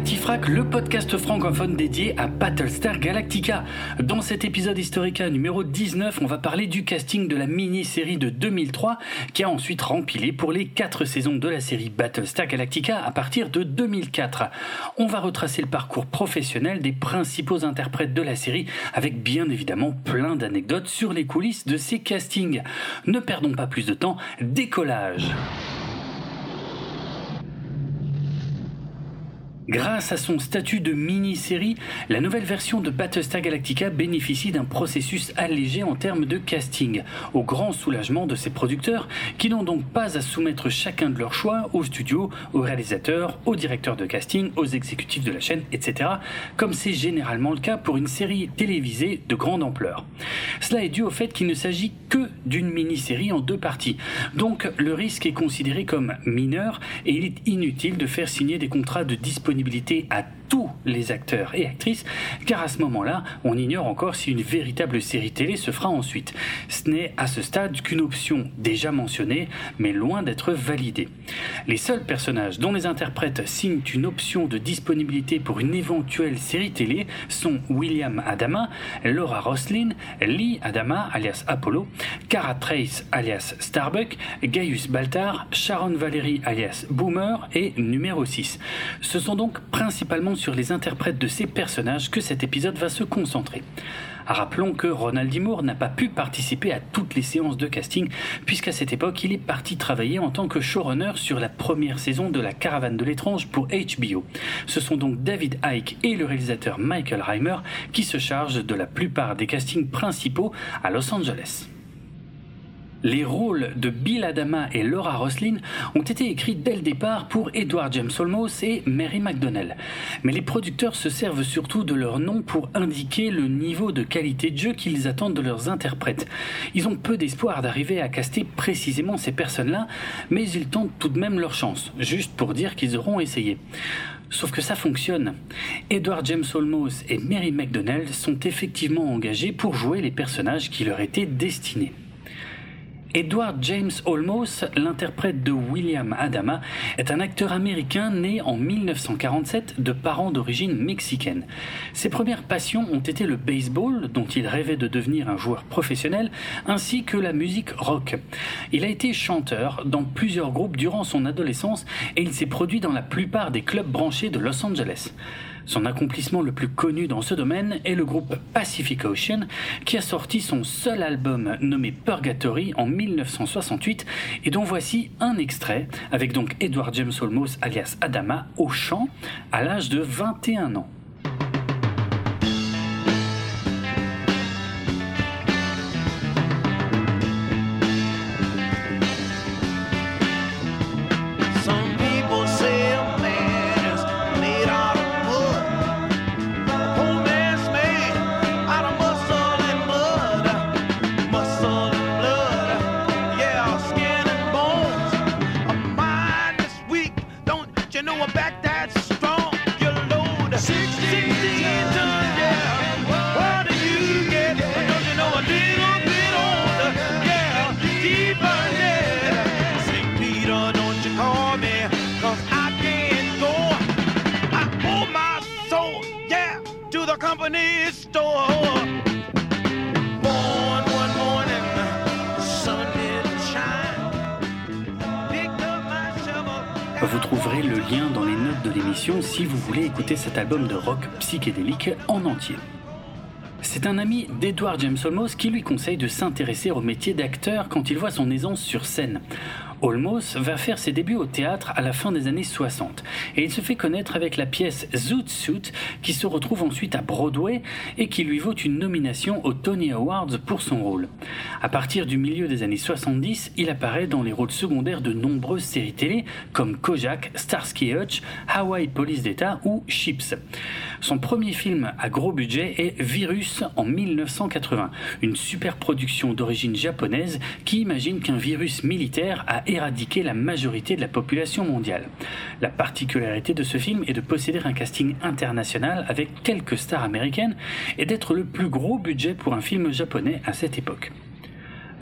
Galactifrac, le podcast francophone dédié à Battlestar Galactica. Dans cet épisode Historica numéro 19, on va parler du casting de la mini-série de 2003 qui a ensuite rempilé pour les 4 saisons de la série Battlestar Galactica à partir de 2004. On va retracer le parcours professionnel des principaux interprètes de la série avec bien évidemment plein d'anecdotes sur les coulisses de ces castings. Ne perdons pas plus de temps, décollage. Grâce à son statut de mini-série, la nouvelle version de Battlestar Galactica bénéficie d'un processus allégé en termes de casting, au grand soulagement de ses producteurs qui n'ont donc pas à soumettre chacun de leurs choix au studio, aux réalisateurs, aux directeurs de casting, aux exécutifs de la chaîne, etc., comme c'est généralement le cas pour une série télévisée de grande ampleur. Cela est dû au fait qu'il ne s'agit que d'une mini-série en 2 parties, donc le risque est considéré comme mineur et il est inutile de faire signer des contrats de disponibilité à tous les acteurs et actrices, car à ce moment-là, on ignore encore si une véritable série télé se fera ensuite. Ce n'est à ce stade qu'une option déjà mentionnée, mais loin d'être validée. Les seuls personnages dont les interprètes signent une option de disponibilité pour une éventuelle série télé sont William Adama, Laura Roslin, Lee Adama alias Apollo, Cara Trace alias Starbuck, Gaius Baltar, Sharon Valerie alias Boomer et numéro 6. Ce sont donc principalement sur les interprètes de ces personnages que cet épisode va se concentrer. Rappelons que Ronald D. Moore n'a pas pu participer à toutes les séances de casting puisqu'à cette époque il est parti travailler en tant que showrunner sur la première saison de La Caravane de l'étrange pour HBO. Ce sont donc David Icke et le réalisateur Michael Reimer qui se chargent de la plupart des castings principaux à Los Angeles. Les rôles de Bill Adama et Laura Roslin ont été écrits dès le départ pour Edward James Olmos et Mary McDonnell. Mais les producteurs se servent surtout de leur nom pour indiquer le niveau de qualité de jeu qu'ils attendent de leurs interprètes. Ils ont peu d'espoir d'arriver à caster précisément ces personnes-là, mais ils tentent tout de même leur chance, juste pour dire qu'ils auront essayé. Sauf que ça fonctionne. Edward James Olmos et Mary McDonnell sont effectivement engagés pour jouer les personnages qui leur étaient destinés. Edward James Olmos, l'interprète de William Adama, est un acteur américain né en 1947 de parents d'origine mexicaine. Ses premières passions ont été le baseball, dont il rêvait de devenir un joueur professionnel, ainsi que la musique rock. Il a été chanteur dans plusieurs groupes durant son adolescence et il s'est produit dans la plupart des clubs branchés de Los Angeles. Son accomplissement le plus connu dans ce domaine est le groupe Pacific Ocean qui a sorti son seul album nommé Purgatory en 1968 et dont voici un extrait avec donc Edward James Olmos alias Adama au chant à l'âge de 21 ans. Vous trouverez le lien dans les notes de l'émission si vous voulez écouter cet album de rock psychédélique en entier. C'est un ami d'Edward James Olmos qui lui conseille de s'intéresser au métier d'acteur quand il voit son aisance sur scène. Olmos va faire ses débuts au théâtre à la fin des années 60 et il se fait connaître avec la pièce Zoot Suit qui se retrouve ensuite à Broadway et qui lui vaut une nomination aux Tony Awards pour son rôle. À partir du milieu des années 70, il apparaît dans les rôles secondaires de nombreuses séries télé comme Kojak, Starsky et Hutch, Hawaii Police d'État ou Chips. Son premier film à gros budget est Virus en 1980, une super production d'origine japonaise qui imagine qu'un virus militaire a éradiqué la majorité de la population mondiale. La particularité de ce film est de posséder un casting international avec quelques stars américaines et d'être le plus gros budget pour un film japonais à cette époque.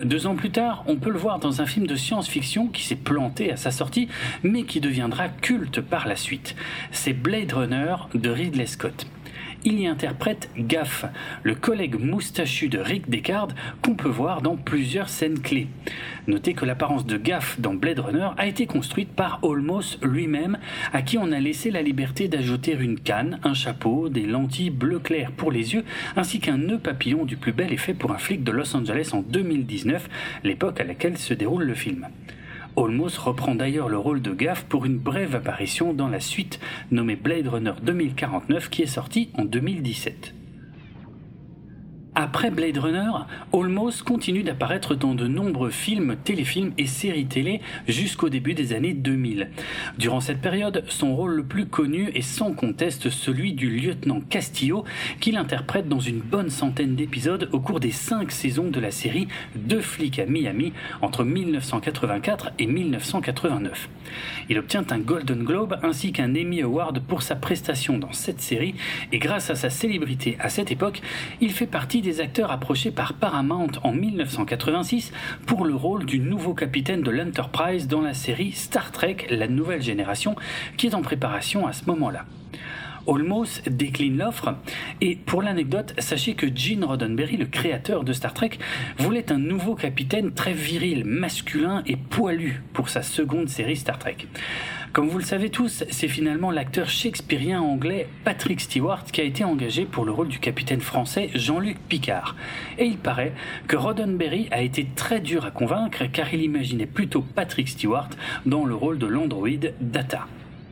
2 ans plus tard, on peut le voir dans un film de science-fiction qui s'est planté à sa sortie, mais qui deviendra culte par la suite. C'est Blade Runner de Ridley Scott. Il y interprète Gaff, le collègue moustachu de Rick Deckard qu'on peut voir dans plusieurs scènes clés. Notez que l'apparence de Gaff dans Blade Runner a été construite par Olmos lui-même, à qui on a laissé la liberté d'ajouter une canne, un chapeau, des lentilles bleu clair pour les yeux, ainsi qu'un nœud papillon du plus bel effet pour un flic de Los Angeles en 2019, l'époque à laquelle se déroule le film. Olmos reprend d'ailleurs le rôle de Gaff pour une brève apparition dans la suite nommée Blade Runner 2049 qui est sortie en 2017. Après Blade Runner, Olmos continue d'apparaître dans de nombreux films, téléfilms et séries télé jusqu'au début des années 2000. Durant cette période, son rôle le plus connu est sans conteste celui du lieutenant Castillo, qu'il interprète dans une bonne centaine d'épisodes au cours des 5 saisons de la série Deux flics à Miami entre 1984 et 1989. Il obtient un Golden Globe ainsi qu'un Emmy Award pour sa prestation dans cette série et grâce à sa célébrité à cette époque, il fait partie des acteurs approchés par Paramount en 1986 pour le rôle du nouveau capitaine de l'Enterprise dans la série Star Trek La Nouvelle Génération qui est en préparation à ce moment-là. Olmos décline l'offre et pour l'anecdote, sachez que Gene Roddenberry, le créateur de Star Trek, voulait un nouveau capitaine très viril, masculin et poilu pour sa seconde série Star Trek. Comme vous le savez tous, c'est finalement l'acteur shakespearien anglais Patrick Stewart qui a été engagé pour le rôle du capitaine français Jean-Luc Picard. Et il paraît que Roddenberry a été très dur à convaincre car il imaginait plutôt Patrick Stewart dans le rôle de l'androïde Data.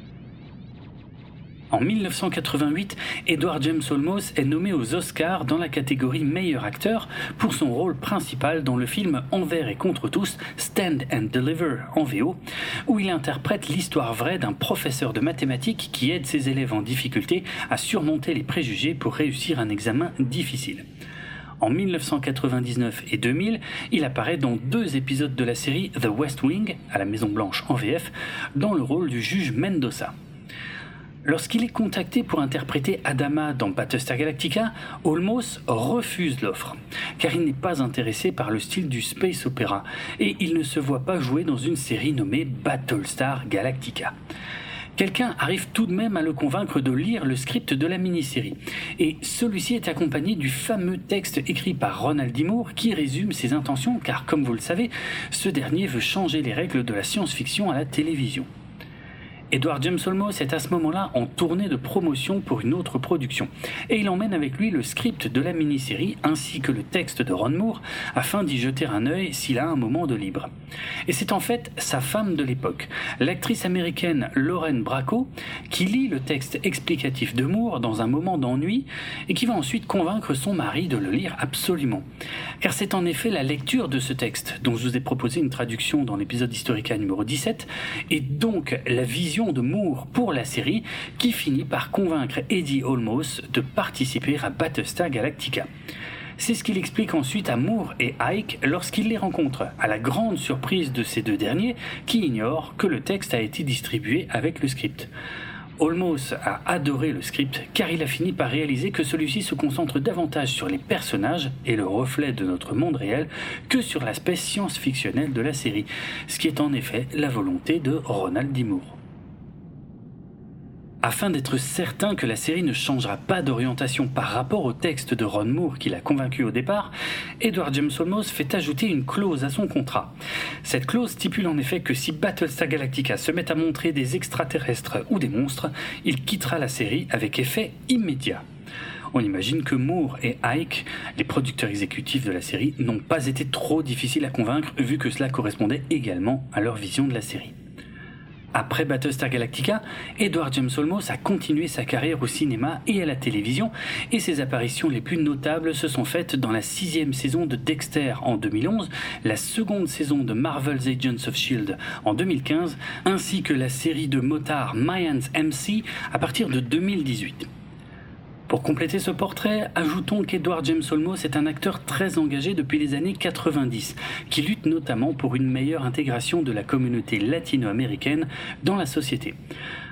En 1988, Edward James Olmos est nommé aux Oscars dans la catégorie meilleur acteur pour son rôle principal dans le film Envers et contre tous, Stand and Deliver en VO, où il interprète l'histoire vraie d'un professeur de mathématiques qui aide ses élèves en difficulté à surmonter les préjugés pour réussir un examen difficile. En 1999 et 2000, il apparaît dans 2 épisodes de la série The West Wing, à la Maison Blanche en VF, dans le rôle du juge Mendoza. Lorsqu'il est contacté pour interpréter Adama dans Battlestar Galactica, Olmos refuse l'offre, car il n'est pas intéressé par le style du space opéra, et il ne se voit pas jouer dans une série nommée Battlestar Galactica. Quelqu'un arrive tout de même à le convaincre de lire le script de la mini-série, et celui-ci est accompagné du fameux texte écrit par Ronald D. Moore qui résume ses intentions, car comme vous le savez, ce dernier veut changer les règles de la science-fiction à la télévision. Edward James Olmos est à ce moment-là en tournée de promotion pour une autre production et il emmène avec lui le script de la mini-série ainsi que le texte de Ron Moore afin d'y jeter un œil s'il a un moment de libre. Et c'est en fait sa femme de l'époque, l'actrice américaine Lauren Bracco, qui lit le texte explicatif de Moore dans un moment d'ennui et qui va ensuite convaincre son mari de le lire absolument. Car c'est en effet la lecture de ce texte, dont je vous ai proposé une traduction dans l'épisode Historica numéro 17, et donc la vision de Moore pour la série qui finit par convaincre Eddie Olmos de participer à Battlestar Galactica. C'est ce qu'il explique ensuite à Moore et Ike lorsqu'il les rencontre, à la grande surprise de ces 2 derniers qui ignorent que le texte a été distribué avec le script. Olmos a adoré le script car il a fini par réaliser que celui-ci se concentre davantage sur les personnages et le reflet de notre monde réel que sur l'aspect science-fictionnel de la série, ce qui est en effet la volonté de Ronald D. Moore. Afin d'être certain que la série ne changera pas d'orientation par rapport au texte de Ron Moore qui l'a convaincu au départ, Edward James Olmos fait ajouter une clause à son contrat. Cette clause stipule en effet que si Battlestar Galactica se met à montrer des extraterrestres ou des monstres, il quittera la série avec effet immédiat. On imagine que Moore et Ike, les producteurs exécutifs de la série, n'ont pas été trop difficiles à convaincre vu que cela correspondait également à leur vision de la série. Après Battlestar Galactica, Edward James Olmos a continué sa carrière au cinéma et à la télévision et ses apparitions les plus notables se sont faites dans la 6e saison de Dexter en 2011, la 2e saison de Marvel's Agents of S.H.I.E.L.D. en 2015, ainsi que la série de motards Mayans MC à partir de 2018. Pour compléter ce portrait, ajoutons qu'Edward James Olmos est un acteur très engagé depuis les années 90, qui lutte notamment pour une meilleure intégration de la communauté latino-américaine dans la société.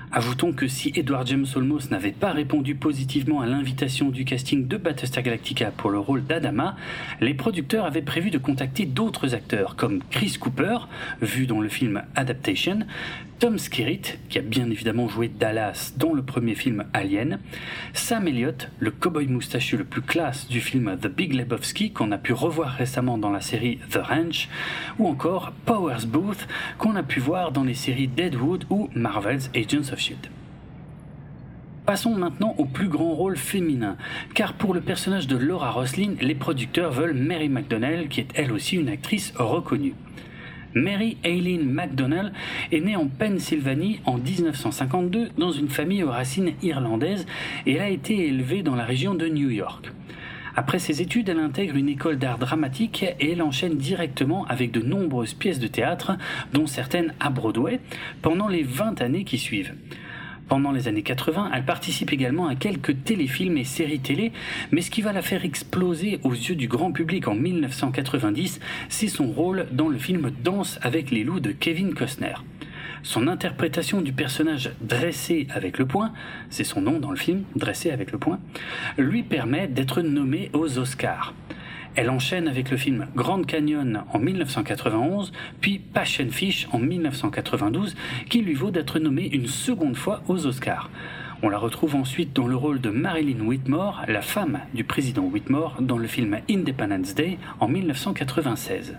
Ajoutons que si Edward James Olmos n'avait pas répondu positivement à l'invitation du casting de Battlestar Galactica pour le rôle d'Adama, les producteurs avaient prévu de contacter d'autres acteurs comme Chris Cooper, vu dans le film Adaptation, Tom Skerritt, qui a bien évidemment joué Dallas dans le premier film Alien, Sam Elliott, le cow-boy moustachu le plus classe du film The Big Lebowski qu'on a pu revoir récemment dans la série The Ranch, ou encore Powers Booth qu'on a pu voir dans les séries Deadwood ou Marvel's Agents of S.H.I.E.L.D. Passons maintenant au plus grand rôle féminin, car pour le personnage de Laura Roslin, les producteurs veulent Mary McDonnell, qui est elle aussi une actrice reconnue. Mary Eileen McDonnell est née en Pennsylvanie en 1952 dans une famille aux racines irlandaises et elle a été élevée dans la région de New York. Après ses études, elle intègre une école d'art dramatique et elle enchaîne directement avec de nombreuses pièces de théâtre, dont certaines à Broadway, pendant les 20 années qui suivent. Pendant les années 80, elle participe également à quelques téléfilms et séries télé, mais ce qui va la faire exploser aux yeux du grand public en 1990, c'est son rôle dans le film Danse avec les loups de Kevin Costner. Son interprétation du personnage Dressé avec le poing, c'est son nom dans le film, Dressé avec le poing, lui permet d'être nommée aux Oscars. Elle enchaîne avec le film Grand Canyon en 1991, puis Passion Fish en 1992, qui lui vaut d'être nommée une seconde fois aux Oscars. On la retrouve ensuite dans le rôle de Marilyn Whitmore, la femme du président Whitmore, dans le film Independence Day en 1996.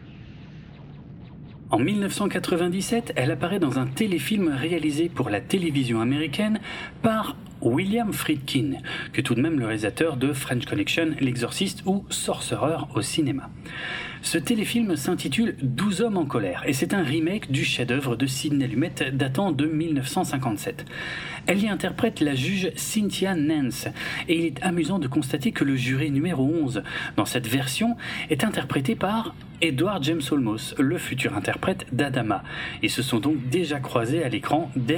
En 1997, elle apparaît dans un téléfilm réalisé pour la télévision américaine par William Friedkin, qui est tout de même le réalisateur de French Connection, L'Exorciste ou Sorcerer au cinéma. Ce téléfilm s'intitule 12 hommes en colère et c'est un remake du chef-d'œuvre de Sidney Lumet datant de 1957. Elle y interprète la juge Cynthia Nance et il est amusant de constater que le juré numéro 11 dans cette version est interprété par Edward James Olmos, le futur interprète d'Adama. Ils se sont donc déjà croisés à l'écran dès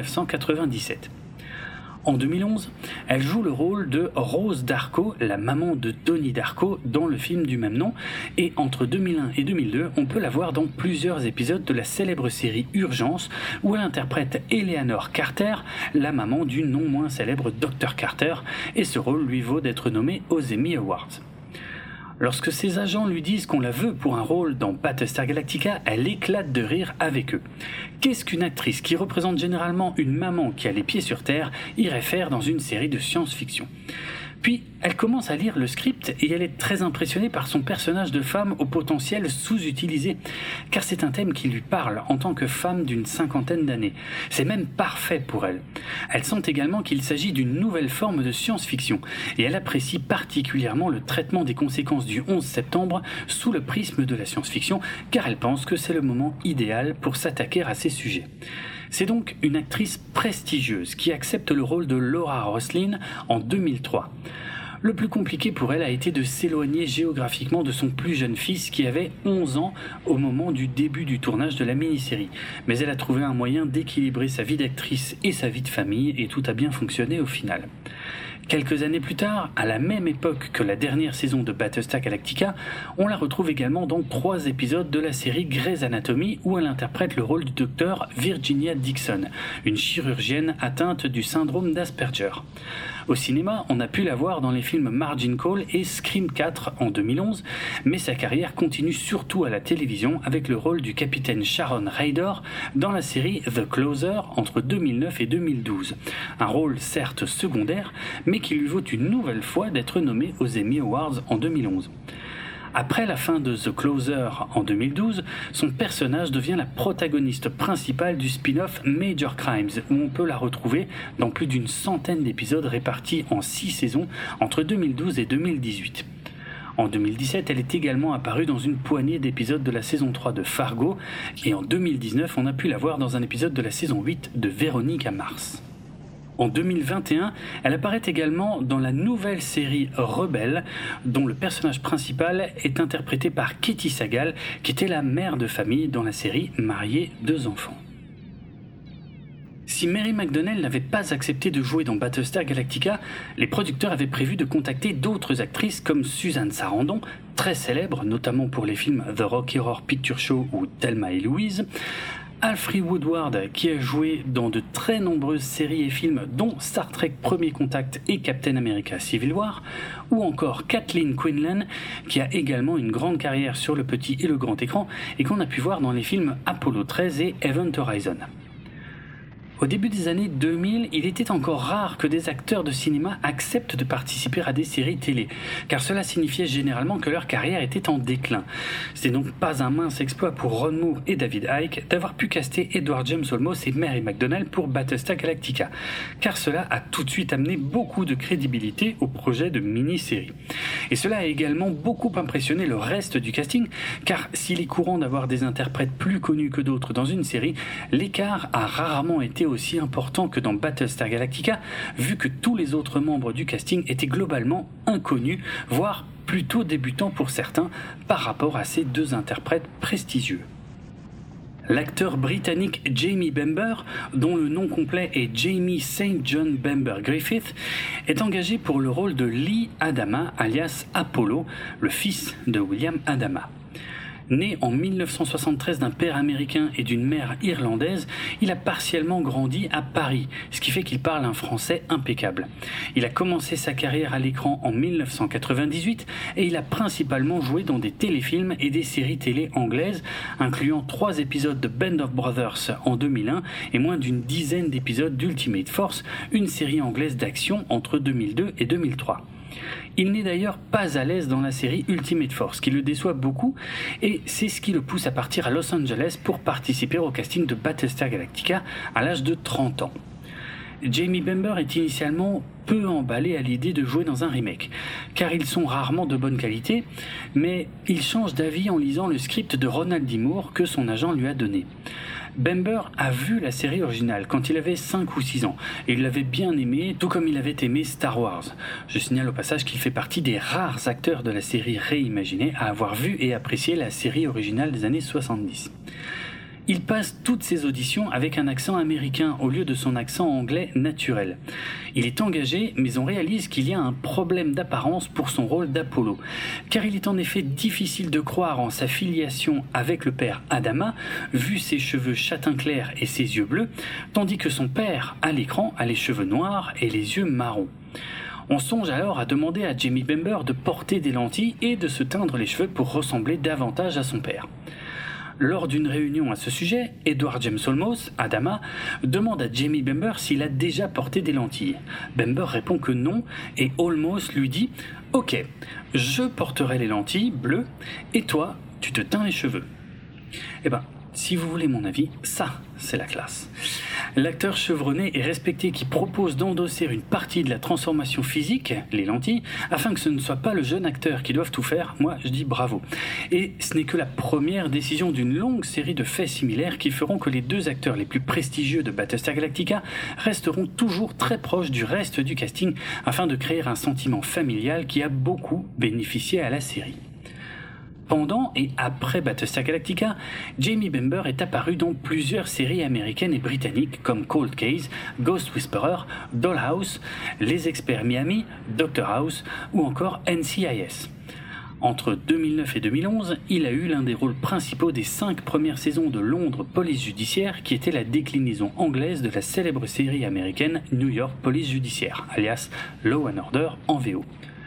1997. En 2011, elle joue le rôle de Rose Darko, la maman de Donnie Darko, dans le film du même nom, et entre 2001 et 2002, on peut la voir dans plusieurs épisodes de la célèbre série Urgence, où elle interprète Eleanor Carter, la maman du non moins célèbre Dr Carter, et ce rôle lui vaut d'être nommé aux Emmy Awards. Lorsque ses agents lui disent qu'on la veut pour un rôle dans Battlestar Galactica, elle éclate de rire avec eux. Qu'est-ce qu'une actrice qui représente généralement une maman qui a les pieds sur terre irait faire dans une série de science-fiction ? Puis, elle commence à lire le script et elle est très impressionnée par son personnage de femme au potentiel sous-utilisé, car c'est un thème qui lui parle en tant que femme d'une cinquantaine d'années. C'est même parfait pour elle. Elle sent également qu'il s'agit d'une nouvelle forme de science-fiction et elle apprécie particulièrement le traitement des conséquences du 11 septembre sous le prisme de la science-fiction, car elle pense que c'est le moment idéal pour s'attaquer à ces sujets. C'est donc une actrice prestigieuse qui accepte le rôle de Laura Roslin en 2003. Le plus compliqué pour elle a été de s'éloigner géographiquement de son plus jeune fils qui avait 11 ans au moment du début du tournage de la mini-série. Mais elle a trouvé un moyen d'équilibrer sa vie d'actrice et sa vie de famille et tout a bien fonctionné au final. Quelques années plus tard, à la même époque que la dernière saison de Battlestar Galactica, on la retrouve également dans 3 épisodes de la série Grey's Anatomy où elle interprète le rôle du docteur Virginia Dixon, une chirurgienne atteinte du syndrome d'Asperger. Au cinéma, on a pu la voir dans les films Margin Call et Scream 4 en 2011, mais sa carrière continue surtout à la télévision avec le rôle du capitaine Sharon Rader dans la série The Closer entre 2009 et 2012. Un rôle certes secondaire, mais qui lui vaut une nouvelle fois d'être nommé aux Emmy Awards en 2011. Après la fin de The Closer en 2012, son personnage devient la protagoniste principale du spin-off Major Crimes, où on peut la retrouver dans plus d'une centaine d'épisodes répartis en 6 saisons entre 2012 et 2018. En 2017, elle est également apparue dans une poignée d'épisodes de la saison 3 de Fargo, et en 2019, on a pu la voir dans un épisode de la saison 8 de Véronique à Mars. En 2021, elle apparaît également dans la nouvelle série Rebelle, dont le personnage principal est interprété par Katie Sagal, qui était la mère de famille dans la série Mariée 2 enfants. Si Mary McDonnell n'avait pas accepté de jouer dans Battlestar Galactica, les producteurs avaient prévu de contacter d'autres actrices comme Suzanne Sarandon, très célèbre notamment pour les films The Rocky Horror Picture Show ou Thelma et Louise, Alfre Woodward, qui a joué dans de très nombreuses séries et films dont Star Trek Premier Contact et Captain America Civil War, ou encore Kathleen Quinlan, qui a également une grande carrière sur le petit et le grand écran et qu'on a pu voir dans les films Apollo 13 et Event Horizon. Au début des années 2000, il était encore rare que des acteurs de cinéma acceptent de participer à des séries télé, car cela signifiait généralement que leur carrière était en déclin. C'est donc pas un mince exploit pour Ron Moore et David Icke d'avoir pu caster Edward James Olmos et Mary McDonnell pour Battlestar Galactica, car cela a tout de suite amené beaucoup de crédibilité au projet de mini-série. Et cela a également beaucoup impressionné le reste du casting, car s'il est courant d'avoir des interprètes plus connus que d'autres dans une série, l'écart a rarement été aussi important que dans Battlestar Galactica, vu que tous les autres membres du casting étaient globalement inconnus, voire plutôt débutants pour certains, par rapport à ces deux interprètes prestigieux. L'acteur britannique Jamie Bamber, dont le nom complet est Jamie St. John Bamber Griffith, est engagé pour le rôle de Lee Adama, alias Apollo, le fils de William Adama. Né en 1973 d'un père américain et d'une mère irlandaise, il a partiellement grandi à Paris, ce qui fait qu'il parle un français impeccable. Il a commencé sa carrière à l'écran en 1998 et il a principalement joué dans des téléfilms et des séries télé anglaises, incluant 3 épisodes de Band of Brothers en 2001 et moins d'une dizaine d'épisodes d'Ultimate Force, une série anglaise d'action entre 2002 et 2003. Il n'est d'ailleurs pas à l'aise dans la série Ultimate Force, qui le déçoit beaucoup, et c'est ce qui le pousse à partir à Los Angeles pour participer au casting de Battlestar Galactica à l'âge de 30 ans. Jamie Bamber est initialement peu emballé à l'idée de jouer dans un remake, car ils sont rarement de bonne qualité, mais il change d'avis en lisant le script de Ronald D. Moore que son agent lui a donné. Bamber a vu la série originale quand il avait 5 ou 6 ans, et il l'avait bien aimé, tout comme il avait aimé Star Wars. Je signale au passage qu'il fait partie des rares acteurs de la série réimaginée à avoir vu et apprécié la série originale des années 70. Il passe toutes ses auditions avec un accent américain au lieu de son accent anglais naturel. Il est engagé, mais on réalise qu'il y a un problème d'apparence pour son rôle d'Apollo, car il est en effet difficile de croire en sa filiation avec le père Adama, vu ses cheveux châtain clair et ses yeux bleus, tandis que son père, à l'écran, a les cheveux noirs et les yeux marrons. On songe alors à demander à Jamie Bamber de porter des lentilles et de se teindre les cheveux pour ressembler davantage à son père. Lors d'une réunion à ce sujet, Edward James Olmos, Adama, demande à Jamie Bamber s'il a déjà porté des lentilles. Bamber répond que non, et Olmos lui dit « Ok, je porterai les lentilles bleues, et toi, tu te teins les cheveux. » Eh ben, si vous voulez mon avis, ça, c'est la classe. L'acteur chevronné et respecté qui propose d'endosser une partie de la transformation physique, les lentilles, afin que ce ne soit pas le jeune acteur qui doive tout faire, moi je dis bravo. Et ce n'est que la première décision d'une longue série de faits similaires qui feront que les deux acteurs les plus prestigieux de Battlestar Galactica resteront toujours très proches du reste du casting afin de créer un sentiment familial qui a beaucoup bénéficié à la série. Pendant et après Battlestar Galactica, Jamie Bamber est apparu dans plusieurs séries américaines et britanniques comme Cold Case, Ghost Whisperer, Dollhouse, Les Experts Miami, Dr House ou encore NCIS. Entre 2009 et 2011, il a eu l'un des rôles principaux des 5 premières saisons de Londres Police Judiciaire, qui était la déclinaison anglaise de la célèbre série américaine New York Police Judiciaire, alias Law & Order en VO.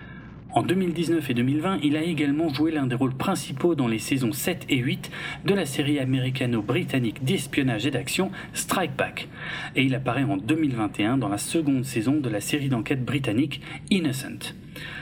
En 2019 et 2020, il a également joué l'un des rôles principaux dans les saisons 7 et 8 de la série américano-britannique d'espionnage et d'action Strike Back. Et il apparaît en 2021 dans la seconde saison de la série d'enquête britannique Innocent.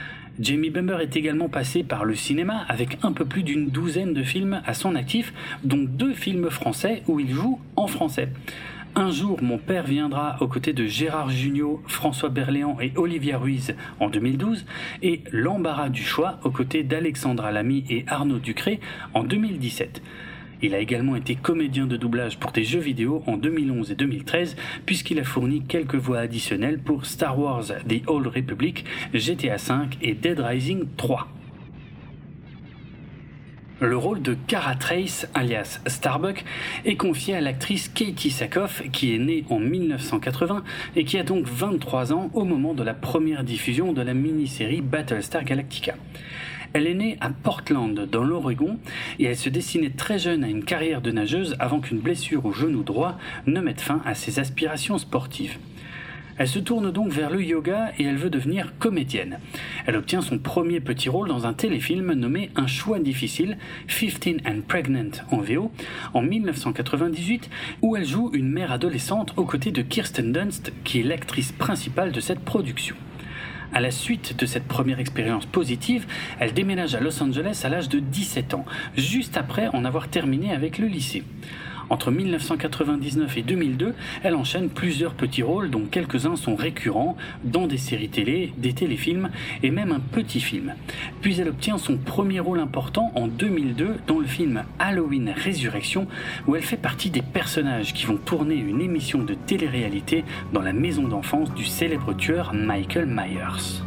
Jamie Bamber est également passé par le cinéma avec un peu plus d'une douzaine de films à son actif, dont 2 films français où il joue en français. Un jour, mon père viendra aux côtés de Gérard Jugnot, François Berléand et Olivia Ruiz en 2012 et L'embarras du choix aux côtés d'Alexandra Lamy et Arnaud Ducré en 2017. Il a également été comédien de doublage pour des jeux vidéo en 2011 et 2013 puisqu'il a fourni quelques voix additionnelles pour Star Wars The Old Republic, GTA V et Dead Rising 3. Le rôle de Kara Trace, alias Starbuck, est confié à l'actrice Katie Sackhoff, qui est née en 1980 et qui a donc 23 ans au moment de la première diffusion de la mini-série Battlestar Galactica. Elle est née à Portland, dans l'Oregon, et elle se destinait très jeune à une carrière de nageuse avant qu'une blessure au genou droit ne mette fin à ses aspirations sportives. Elle se tourne donc vers le yoga et elle veut devenir comédienne. Elle obtient son premier petit rôle dans un téléfilm nommé Un choix difficile, 15 and Pregnant en VO, en 1998, où elle joue une mère adolescente aux côtés de Kirsten Dunst, qui est l'actrice principale de cette production. À la suite de cette première expérience positive, elle déménage à Los Angeles à l'âge de 17 ans, juste après en avoir terminé avec le lycée. Entre 1999 et 2002, elle enchaîne plusieurs petits rôles dont quelques-uns sont récurrents dans des séries télé, des téléfilms et même un petit film. Puis elle obtient son premier rôle important en 2002 dans le film Halloween Résurrection, où elle fait partie des personnages qui vont tourner une émission de télé-réalité dans la maison d'enfance du célèbre tueur Michael Myers.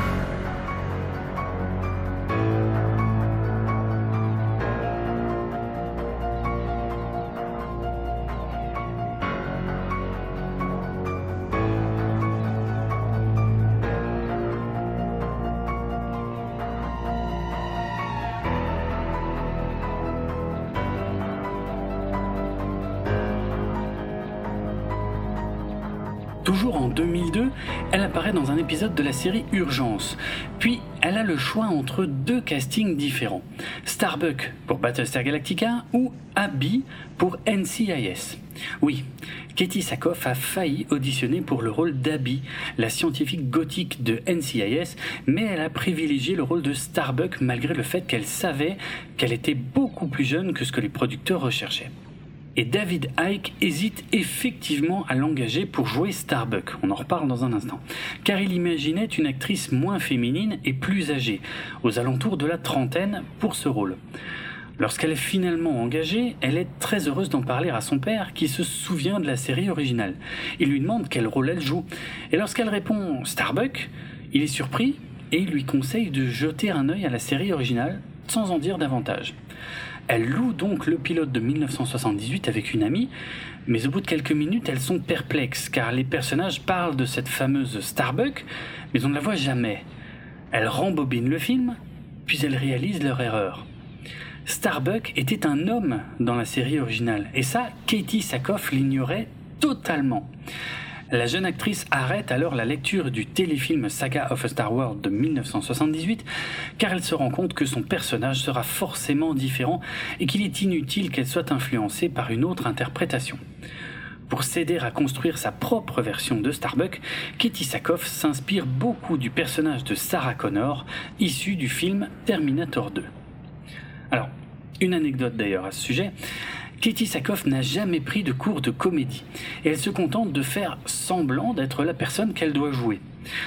Toujours en 2002, elle apparaît dans un épisode de la série Urgence. Puis, elle a le choix entre deux castings différents. Starbuck pour Battlestar Galactica ou Abby pour NCIS. Oui, Katie Sackhoff a failli auditionner pour le rôle d'Abby, la scientifique gothique de NCIS, mais elle a privilégié le rôle de Starbuck malgré le fait qu'elle savait qu'elle était beaucoup plus jeune que ce que les producteurs recherchaient. Et David Icke hésite effectivement à l'engager pour jouer Starbuck, on en reparle dans un instant, car il imaginait une actrice moins féminine et plus âgée, aux alentours de la trentaine, pour ce rôle. Lorsqu'elle est finalement engagée, elle est très heureuse d'en parler à son père qui se souvient de la série originale. Il lui demande quel rôle elle joue, et lorsqu'elle répond Starbuck, il est surpris et il lui conseille de jeter un œil à la série originale sans en dire davantage. Elle loue donc le pilote de 1978 avec une amie, mais au bout de quelques minutes, elles sont perplexes, car les personnages parlent de cette fameuse Starbuck, mais on ne la voit jamais. Elles rembobinent le film, puis elles réalisent leur erreur. Starbuck était un homme dans la série originale, et ça, Katie Sackhoff l'ignorait totalement. La jeune actrice arrête alors la lecture du téléfilm Saga of a Star World de 1978 car elle se rend compte que son personnage sera forcément différent et qu'il est inutile qu'elle soit influencée par une autre interprétation. Pour s'aider à construire sa propre version de Starbuck, Katie Sackhoff s'inspire beaucoup du personnage de Sarah Connor, issu du film Terminator 2. Alors, une anecdote d'ailleurs à ce sujet, Katie Sackhoff n'a jamais pris de cours de comédie et elle se contente de faire semblant d'être la personne qu'elle doit jouer.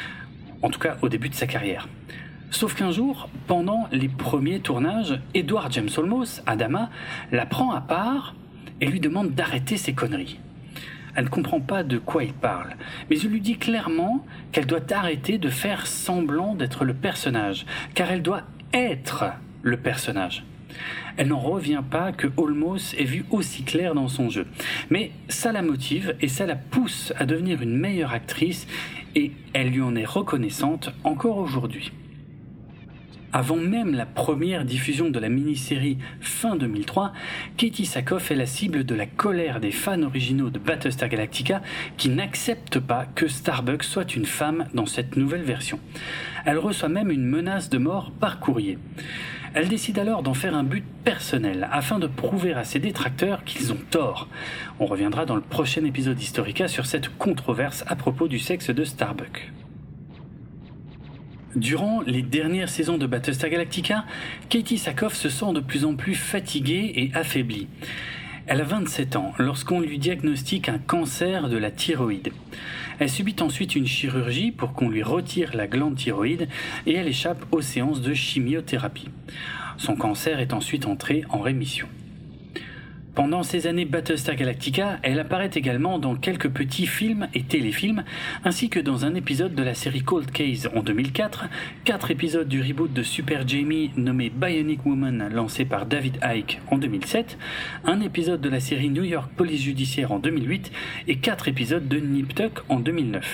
En tout cas au début de sa carrière. Sauf qu'un jour, pendant les premiers tournages, Edward James Olmos, Adama, la prend à part et lui demande d'arrêter ses conneries. Elle ne comprend pas de quoi il parle, mais il lui dit clairement qu'elle doit arrêter de faire semblant d'être le personnage, car elle doit être le personnage. Elle n'en revient pas que Olmos ait vu aussi clair dans son jeu. Mais ça la motive et ça la pousse à devenir une meilleure actrice et elle lui en est reconnaissante encore aujourd'hui. Avant même la première diffusion de la mini-série fin 2003, Katie Sackhoff est la cible de la colère des fans originaux de Battlestar Galactica qui n'acceptent pas que Starbuck soit une femme dans cette nouvelle version. Elle reçoit même une menace de mort par courrier. Elle décide alors d'en faire un but personnel afin de prouver à ses détracteurs qu'ils ont tort. On reviendra dans le prochain épisode Historica sur cette controverse à propos du sexe de Starbuck. Durant les dernières saisons de Battlestar Galactica, Katie Sackhoff se sent de plus en plus fatiguée et affaiblie. Elle a 27 ans lorsqu'on lui diagnostique un cancer de la thyroïde. Elle subit ensuite une chirurgie pour qu'on lui retire la glande thyroïde et elle échappe aux séances de chimiothérapie. Son cancer est ensuite entré en rémission. Pendant ces années Battlestar Galactica, elle apparaît également dans quelques petits films et téléfilms, ainsi que dans un épisode de la série Cold Case en 2004, 4 épisodes du reboot de Super Jamie nommé Bionic Woman lancé par David Icke en 2007, un épisode de la série New York Police Judiciaire en 2008 et 4 épisodes de Nip Tuck en 2009.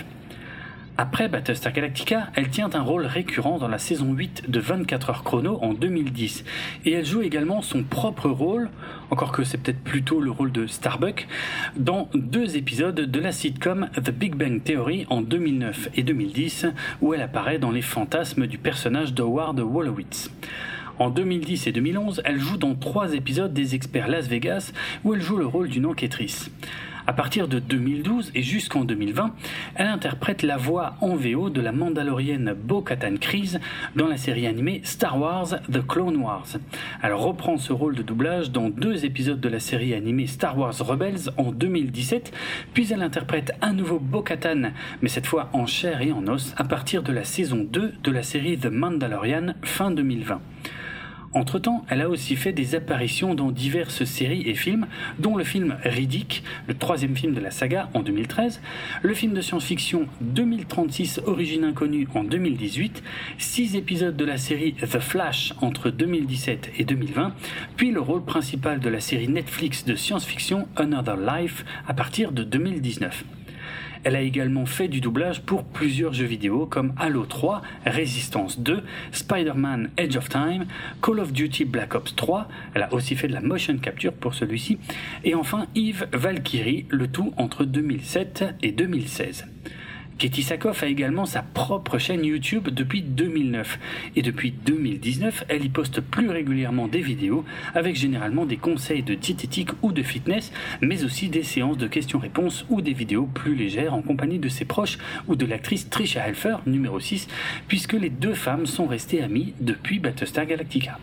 Après Battlestar Galactica, elle tient un rôle récurrent dans la saison 8 de 24 heures chrono en 2010. Et elle joue également son propre rôle, encore que c'est peut-être plutôt le rôle de Starbuck, dans 2 épisodes de la sitcom The Big Bang Theory en 2009 et 2010, où elle apparaît dans les fantasmes du personnage d'Howard Wolowitz. En 2010 et 2011, elle joue dans 3 épisodes des Experts Las Vegas, où elle joue le rôle d'une enquêtrice. À partir de 2012 et jusqu'en 2020, elle interprète la voix en VO de la Mandalorienne Bo-Katan Kryze dans la série animée Star Wars The Clone Wars. Elle reprend ce rôle de doublage dans 2 épisodes de la série animée Star Wars Rebels en 2017, puis elle interprète à nouveau Bo-Katan, mais cette fois en chair et en os, à partir de la saison 2 de la série The Mandalorian fin 2020. Entre-temps, elle a aussi fait des apparitions dans diverses séries et films, dont le film Riddick, le 3e film de la saga en 2013, le film de science-fiction 2036 Origine inconnue en 2018, 6 épisodes de la série The Flash entre 2017 et 2020, puis le rôle principal de la série Netflix de science-fiction Another Life à partir de 2019. Elle a également fait du doublage pour plusieurs jeux vidéo comme Halo 3, Resistance 2, Spider-Man Edge of Time, Call of Duty Black Ops 3, elle a aussi fait de la motion capture pour celui-ci, et enfin Eve Valkyrie, le tout entre 2007 et 2016. Katie Sackhoff a également sa propre chaîne YouTube depuis 2009 et depuis 2019, elle y poste plus régulièrement des vidéos avec généralement des conseils de diététique ou de fitness, mais aussi des séances de questions-réponses ou des vidéos plus légères en compagnie de ses proches ou de l'actrice Tricia Helfer, numéro 6, puisque les 2 femmes sont restées amies depuis Battlestar Galactica.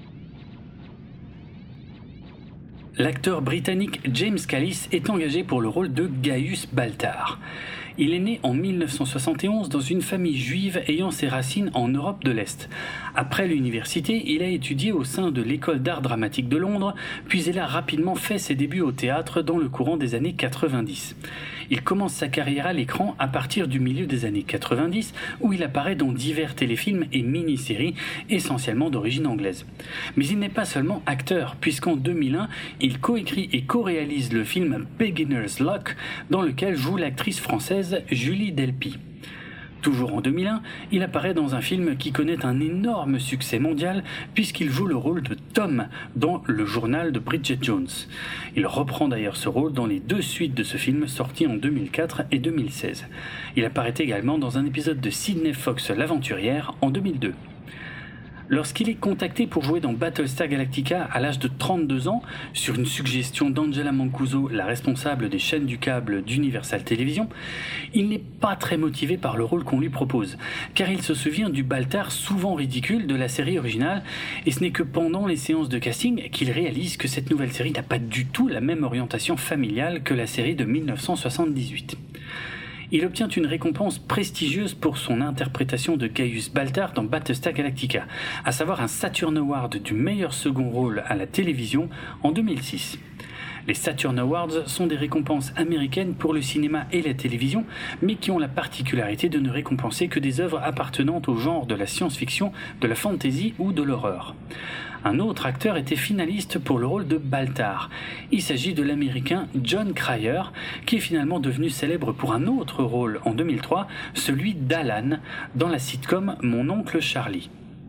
L'acteur britannique James Callis est engagé pour le rôle de Gaius Baltar. Il est né en 1971 dans une famille juive ayant ses racines en Europe de l'Est. Après l'université, il a étudié au sein de l'école d'art dramatique de Londres, puis il a rapidement fait ses débuts au théâtre dans le courant des années 90. Il commence sa carrière à l'écran à partir du milieu des années 90, où il apparaît dans divers téléfilms et mini-séries, essentiellement d'origine anglaise. Mais il n'est pas seulement acteur, puisqu'en 2001, il coécrit et co-réalise le film Beginner's Luck, dans lequel joue l'actrice française Julie Delpy. Toujours en 2001, il apparaît dans un film qui connaît un énorme succès mondial puisqu'il joue le rôle de Tom dans Le Journal de Bridget Jones. Il reprend d'ailleurs ce rôle dans les 2 suites de ce film sortis en 2004 et 2016. Il apparaît également dans un épisode de Sydney Fox l'Aventurière en 2002. Lorsqu'il est contacté pour jouer dans Battlestar Galactica à l'âge de 32 ans, sur une suggestion d'Angela Mancuso, la responsable des chaînes du câble d'Universal Television, il n'est pas très motivé par le rôle qu'on lui propose, car il se souvient du Baltar souvent ridicule de la série originale, et ce n'est que pendant les séances de casting qu'il réalise que cette nouvelle série n'a pas du tout la même orientation familiale que la série de 1978. Il obtient une récompense prestigieuse pour son interprétation de Gaius Baltar dans Battlestar Galactica, à savoir un Saturn Award du meilleur second rôle à la télévision en 2006. Les Saturn Awards sont des récompenses américaines pour le cinéma et la télévision, mais qui ont la particularité de ne récompenser que des œuvres appartenant au genre de la science-fiction, de la fantasy ou de l'horreur. Un autre acteur était finaliste pour le rôle de Baltar. Il s'agit de l'américain John Cryer, qui est finalement devenu célèbre pour un autre rôle en 2003, celui d'Alan, dans la sitcom Mon oncle Charlie.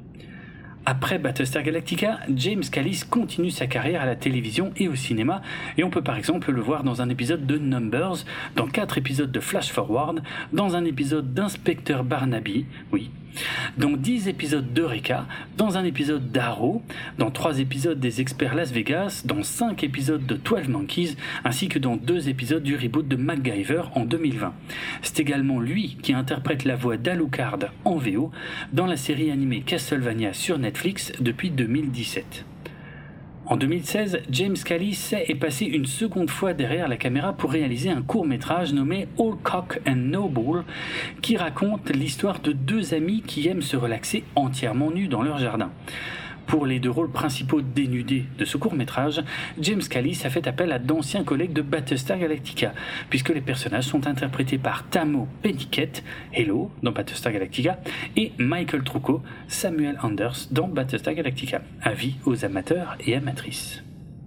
Après Battlestar Galactica, James Callis continue sa carrière à la télévision et au cinéma, et on peut par exemple le voir dans un épisode de Numbers, dans 4 épisodes de Flash Forward, dans un épisode d'Inspecteur Barnaby, oui, dans 10 épisodes d'Eureka, dans un épisode d'Arrow, dans 3 épisodes des Experts Las Vegas, dans 5 épisodes de 12 Monkeys, ainsi que dans 2 épisodes du reboot de MacGyver en 2020. C'est également lui qui interprète la voix d'Alucard en VO dans la série animée Castlevania sur Netflix depuis 2017. En 2016, James Callis est passé une seconde fois derrière la caméra pour réaliser un court-métrage nommé All Cock and No Bull, qui raconte l'histoire de 2 amis qui aiment se relaxer entièrement nus dans leur jardin. Pour les 2 rôles principaux dénudés de ce court-métrage, James Callis a fait appel à d'anciens collègues de Battlestar Galactica, puisque les personnages sont interprétés par Tamo Penniket, Hello dans Battlestar Galactica, et Michael Trucco, Samuel Anders dans Battlestar Galactica. Avis aux amateurs et amatrices.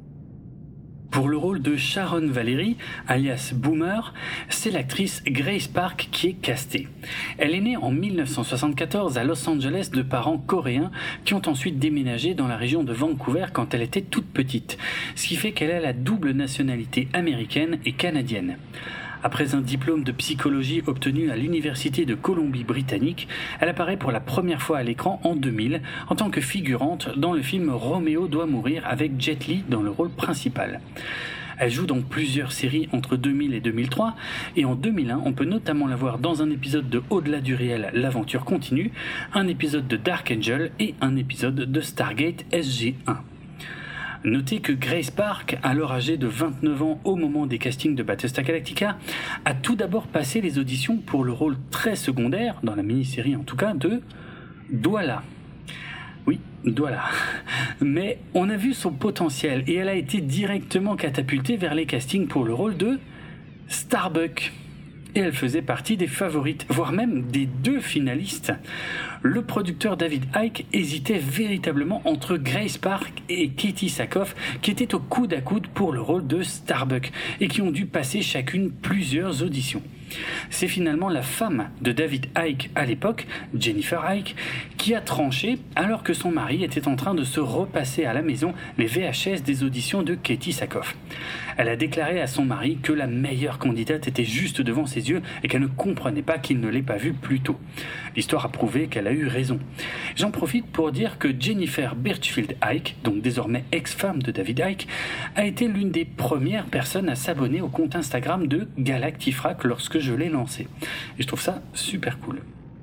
Pour le rôle de Sharon Valerie, alias Boomer, c'est l'actrice Grace Park qui est castée. Elle est née en 1974 à Los Angeles de parents coréens qui ont ensuite déménagé dans la région de Vancouver quand elle était toute petite, ce qui fait qu'elle a la double nationalité américaine et canadienne. Après un diplôme de psychologie obtenu à l'Université de Colombie-Britannique, elle apparaît pour la première fois à l'écran en 2000 en tant que figurante dans le film Roméo doit mourir avec Jet Li dans le rôle principal. Elle joue dans plusieurs séries entre 2000 et 2003 et en 2001 on peut notamment la voir dans un épisode de Au-delà du réel, l'aventure continue, un épisode de Dark Angel et un épisode de Stargate SG-1. Notez que Grace Park, alors âgée de 29 ans au moment des castings de Battlestar Galactica, a tout d'abord passé les auditions pour le rôle très secondaire, dans la mini-série en tout cas, de Douala. Oui, Douala. Mais on a vu son potentiel et elle a été directement catapultée vers les castings pour le rôle de Starbuck. Et elle faisait partie des favorites, voire même des 2 finalistes. Le producteur David Icke hésitait véritablement entre Grace Park et Katie Sackhoff, qui étaient au coude à coude pour le rôle de Starbuck, et qui ont dû passer chacune plusieurs auditions. C'est finalement la femme de David Icke à l'époque, Jennifer Icke, qui a tranché alors que son mari était en train de se repasser à la maison les VHS des auditions de Katie Sackhoff. Elle a déclaré à son mari que la meilleure candidate était juste devant ses yeux et qu'elle ne comprenait pas qu'il ne l'ait pas vue plus tôt. L'histoire a prouvé qu'elle a eu raison. J'en profite pour dire que Jennifer Birchfield Icke, donc désormais ex-femme de David Icke, a été l'une des premières personnes à s'abonner au compte Instagram de Galactifrac lorsque je l'ai lancé. Et je trouve ça super cool.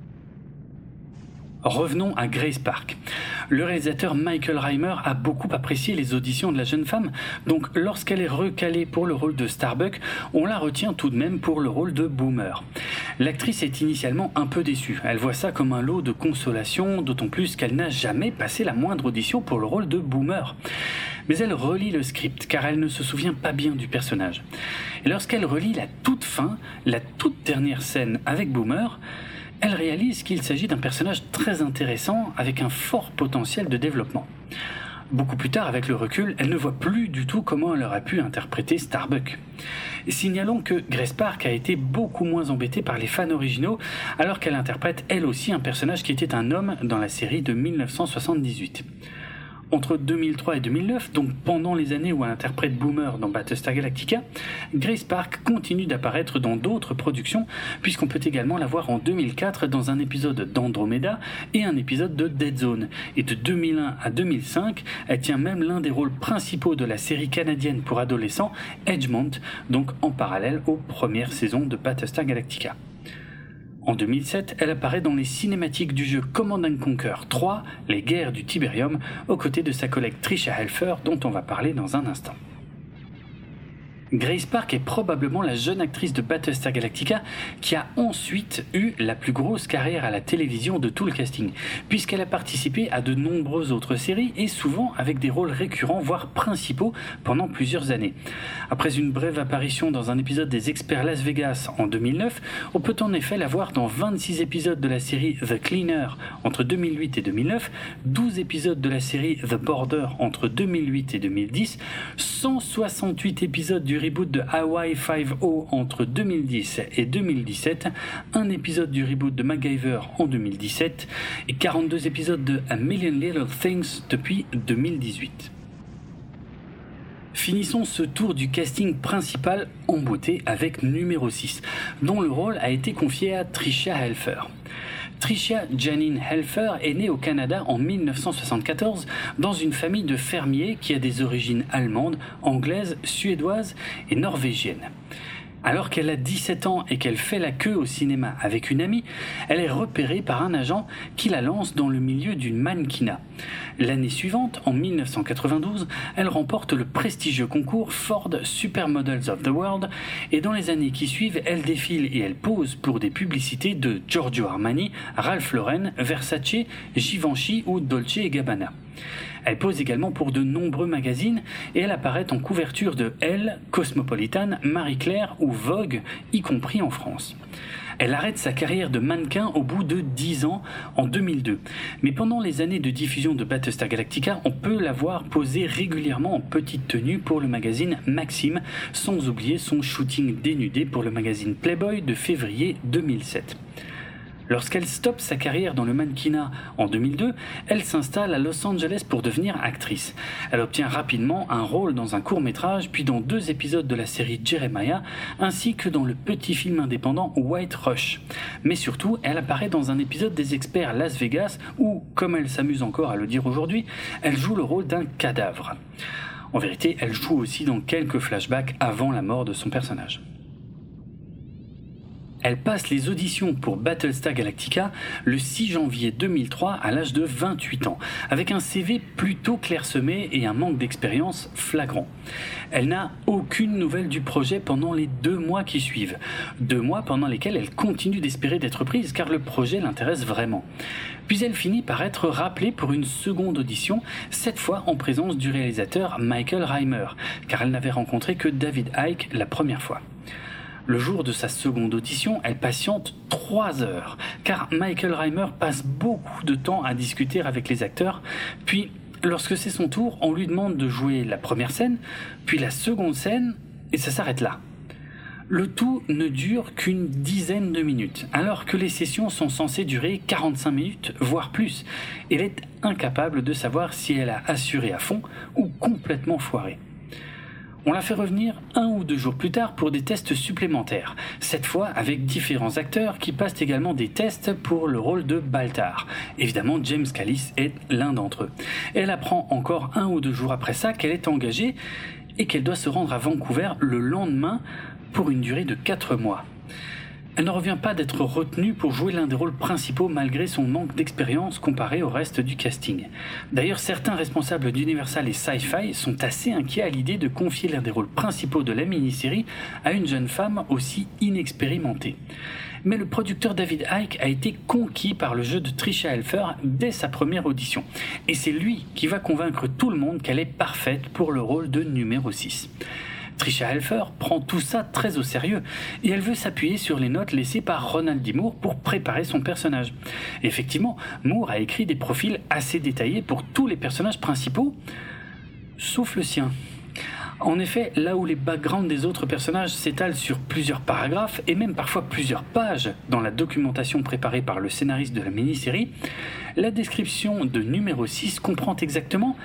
Revenons à Grace Park. Le réalisateur Michael Reimer a beaucoup apprécié les auditions de la jeune femme, donc lorsqu'elle est recalée pour le rôle de Starbuck, on la retient tout de même pour le rôle de Boomer. L'actrice est initialement un peu déçue, elle voit ça comme un lot de consolation, d'autant plus qu'elle n'a jamais passé la moindre audition pour le rôle de Boomer. Mais elle relit le script car elle ne se souvient pas bien du personnage. Et lorsqu'elle relit la toute fin, la toute dernière scène avec Boomer, elle réalise qu'il s'agit d'un personnage très intéressant avec un fort potentiel de développement. Beaucoup plus tard, avec le recul, elle ne voit plus du tout comment elle aurait pu interpréter Starbuck. Signalons que Grace Park a été beaucoup moins embêtée par les fans originaux alors qu'elle interprète elle aussi un personnage qui était un homme dans la série de 1978. Entre 2003 et 2009, donc pendant les années où elle interprète Boomer dans Battlestar Galactica, Grace Park continue d'apparaître dans d'autres productions, puisqu'on peut également la voir en 2004 dans un épisode d'Andromeda et un épisode de Dead Zone. Et de 2001 à 2005, elle tient même l'un des rôles principaux de la série canadienne pour adolescents, Edgemont, donc en parallèle aux premières saisons de Battlestar Galactica. En 2007, elle apparaît dans les cinématiques du jeu Command & Conquer 3, Les Guerres du Tiberium, aux côtés de sa collègue Tricia Helfer, dont on va parler dans un instant. Grace Park est probablement la jeune actrice de Battlestar Galactica qui a ensuite eu la plus grosse carrière à la télévision de tout le casting, puisqu'elle a participé à de nombreuses autres séries et souvent avec des rôles récurrents, voire principaux, pendant plusieurs années. Après une brève apparition dans un épisode des Experts Las Vegas en 2009, on peut en effet la voir dans 26 épisodes de la série The Cleaner entre 2008 et 2009, 12 épisodes de la série The Border entre 2008 et 2010, 168 épisodes du reboot de Hawaii 5.0 entre 2010 et 2017, un épisode du reboot de MacGyver en 2017 et 42 épisodes de A Million Little Things depuis 2018. Finissons ce tour du casting principal en beauté avec numéro 6, dont le rôle a été confié à Tricia Helfer. Tricia Janine Helfer est née au Canada en 1974 dans une famille de fermiers qui a des origines allemandes, anglaises, suédoises et norvégiennes. Alors qu'elle a 17 ans et qu'elle fait la queue au cinéma avec une amie, elle est repérée par un agent qui la lance dans le milieu du mannequinat. L'année suivante, en 1992, elle remporte le prestigieux concours Ford Supermodels of the World et dans les années qui suivent, elle défile et elle pose pour des publicités de Giorgio Armani, Ralph Lauren, Versace, Givenchy ou Dolce & Gabbana. Elle pose également pour de nombreux magazines et elle apparaît en couverture de Elle, Cosmopolitan, Marie Claire ou Vogue, y compris en France. Elle arrête sa carrière de mannequin au bout de 10 ans en 2002. Mais pendant les années de diffusion de Battlestar Galactica, on peut la voir poser régulièrement en petite tenue pour le magazine Maxim, sans oublier son shooting dénudé pour le magazine Playboy de février 2007. Lorsqu'elle stoppe sa carrière dans le mannequinat en 2002, elle s'installe à Los Angeles pour devenir actrice. Elle obtient rapidement un rôle dans un court-métrage, puis dans 2 épisodes de la série Jeremiah, ainsi que dans le petit film indépendant White Rush. Mais surtout, elle apparaît dans un épisode des Experts Las Vegas où, comme elle s'amuse encore à le dire aujourd'hui, elle joue le rôle d'un cadavre. En vérité, elle joue aussi dans quelques flashbacks avant la mort de son personnage. Elle passe les auditions pour Battlestar Galactica le 6 janvier 2003 à l'âge de 28 ans, avec un CV plutôt clairsemé et un manque d'expérience flagrant. Elle n'a aucune nouvelle du projet pendant les 2 mois qui suivent. 2 mois pendant lesquels elle continue d'espérer d'être prise car le projet l'intéresse vraiment. Puis elle finit par être rappelée pour une seconde audition, cette fois en présence du réalisateur Michael Reimer, car elle n'avait rencontré que David Icke la première fois. Le jour de sa seconde audition, elle patiente 3 heures, car Michael Reimer passe beaucoup de temps à discuter avec les acteurs, puis lorsque c'est son tour, on lui demande de jouer la première scène, puis la seconde scène, et ça s'arrête là. Le tout ne dure qu'une dizaine de minutes, alors que les sessions sont censées durer 45 minutes, voire plus. Elle est incapable de savoir si elle a assuré à fond ou complètement foiré. On la fait revenir 1 ou 2 jours plus tard pour des tests supplémentaires, cette fois avec différents acteurs qui passent également des tests pour le rôle de Baltar. Évidemment, James Callis est l'un d'entre eux. Elle apprend encore 1 ou 2 jours après ça qu'elle est engagée et qu'elle doit se rendre à Vancouver le lendemain pour une durée de 4 mois. Elle ne revient pas d'être retenue pour jouer l'un des rôles principaux malgré son manque d'expérience comparé au reste du casting. D'ailleurs, certains responsables d'Universal et Sci-Fi sont assez inquiets à l'idée de confier l'un des rôles principaux de la mini-série à une jeune femme aussi inexpérimentée. Mais le producteur David Icke a été conquis par le jeu de Tricia Helfer dès sa première audition. Et c'est lui qui va convaincre tout le monde qu'elle est parfaite pour le rôle de numéro 6. Tricia Helfer prend tout ça très au sérieux et elle veut s'appuyer sur les notes laissées par Ronald D. Moore pour préparer son personnage. Et effectivement, Moore a écrit des profils assez détaillés pour tous les personnages principaux, sauf le sien. En effet, là où les backgrounds des autres personnages s'étalent sur plusieurs paragraphes et même parfois plusieurs pages dans la documentation préparée par le scénariste de la mini-série, la description de numéro 6 comprend exactement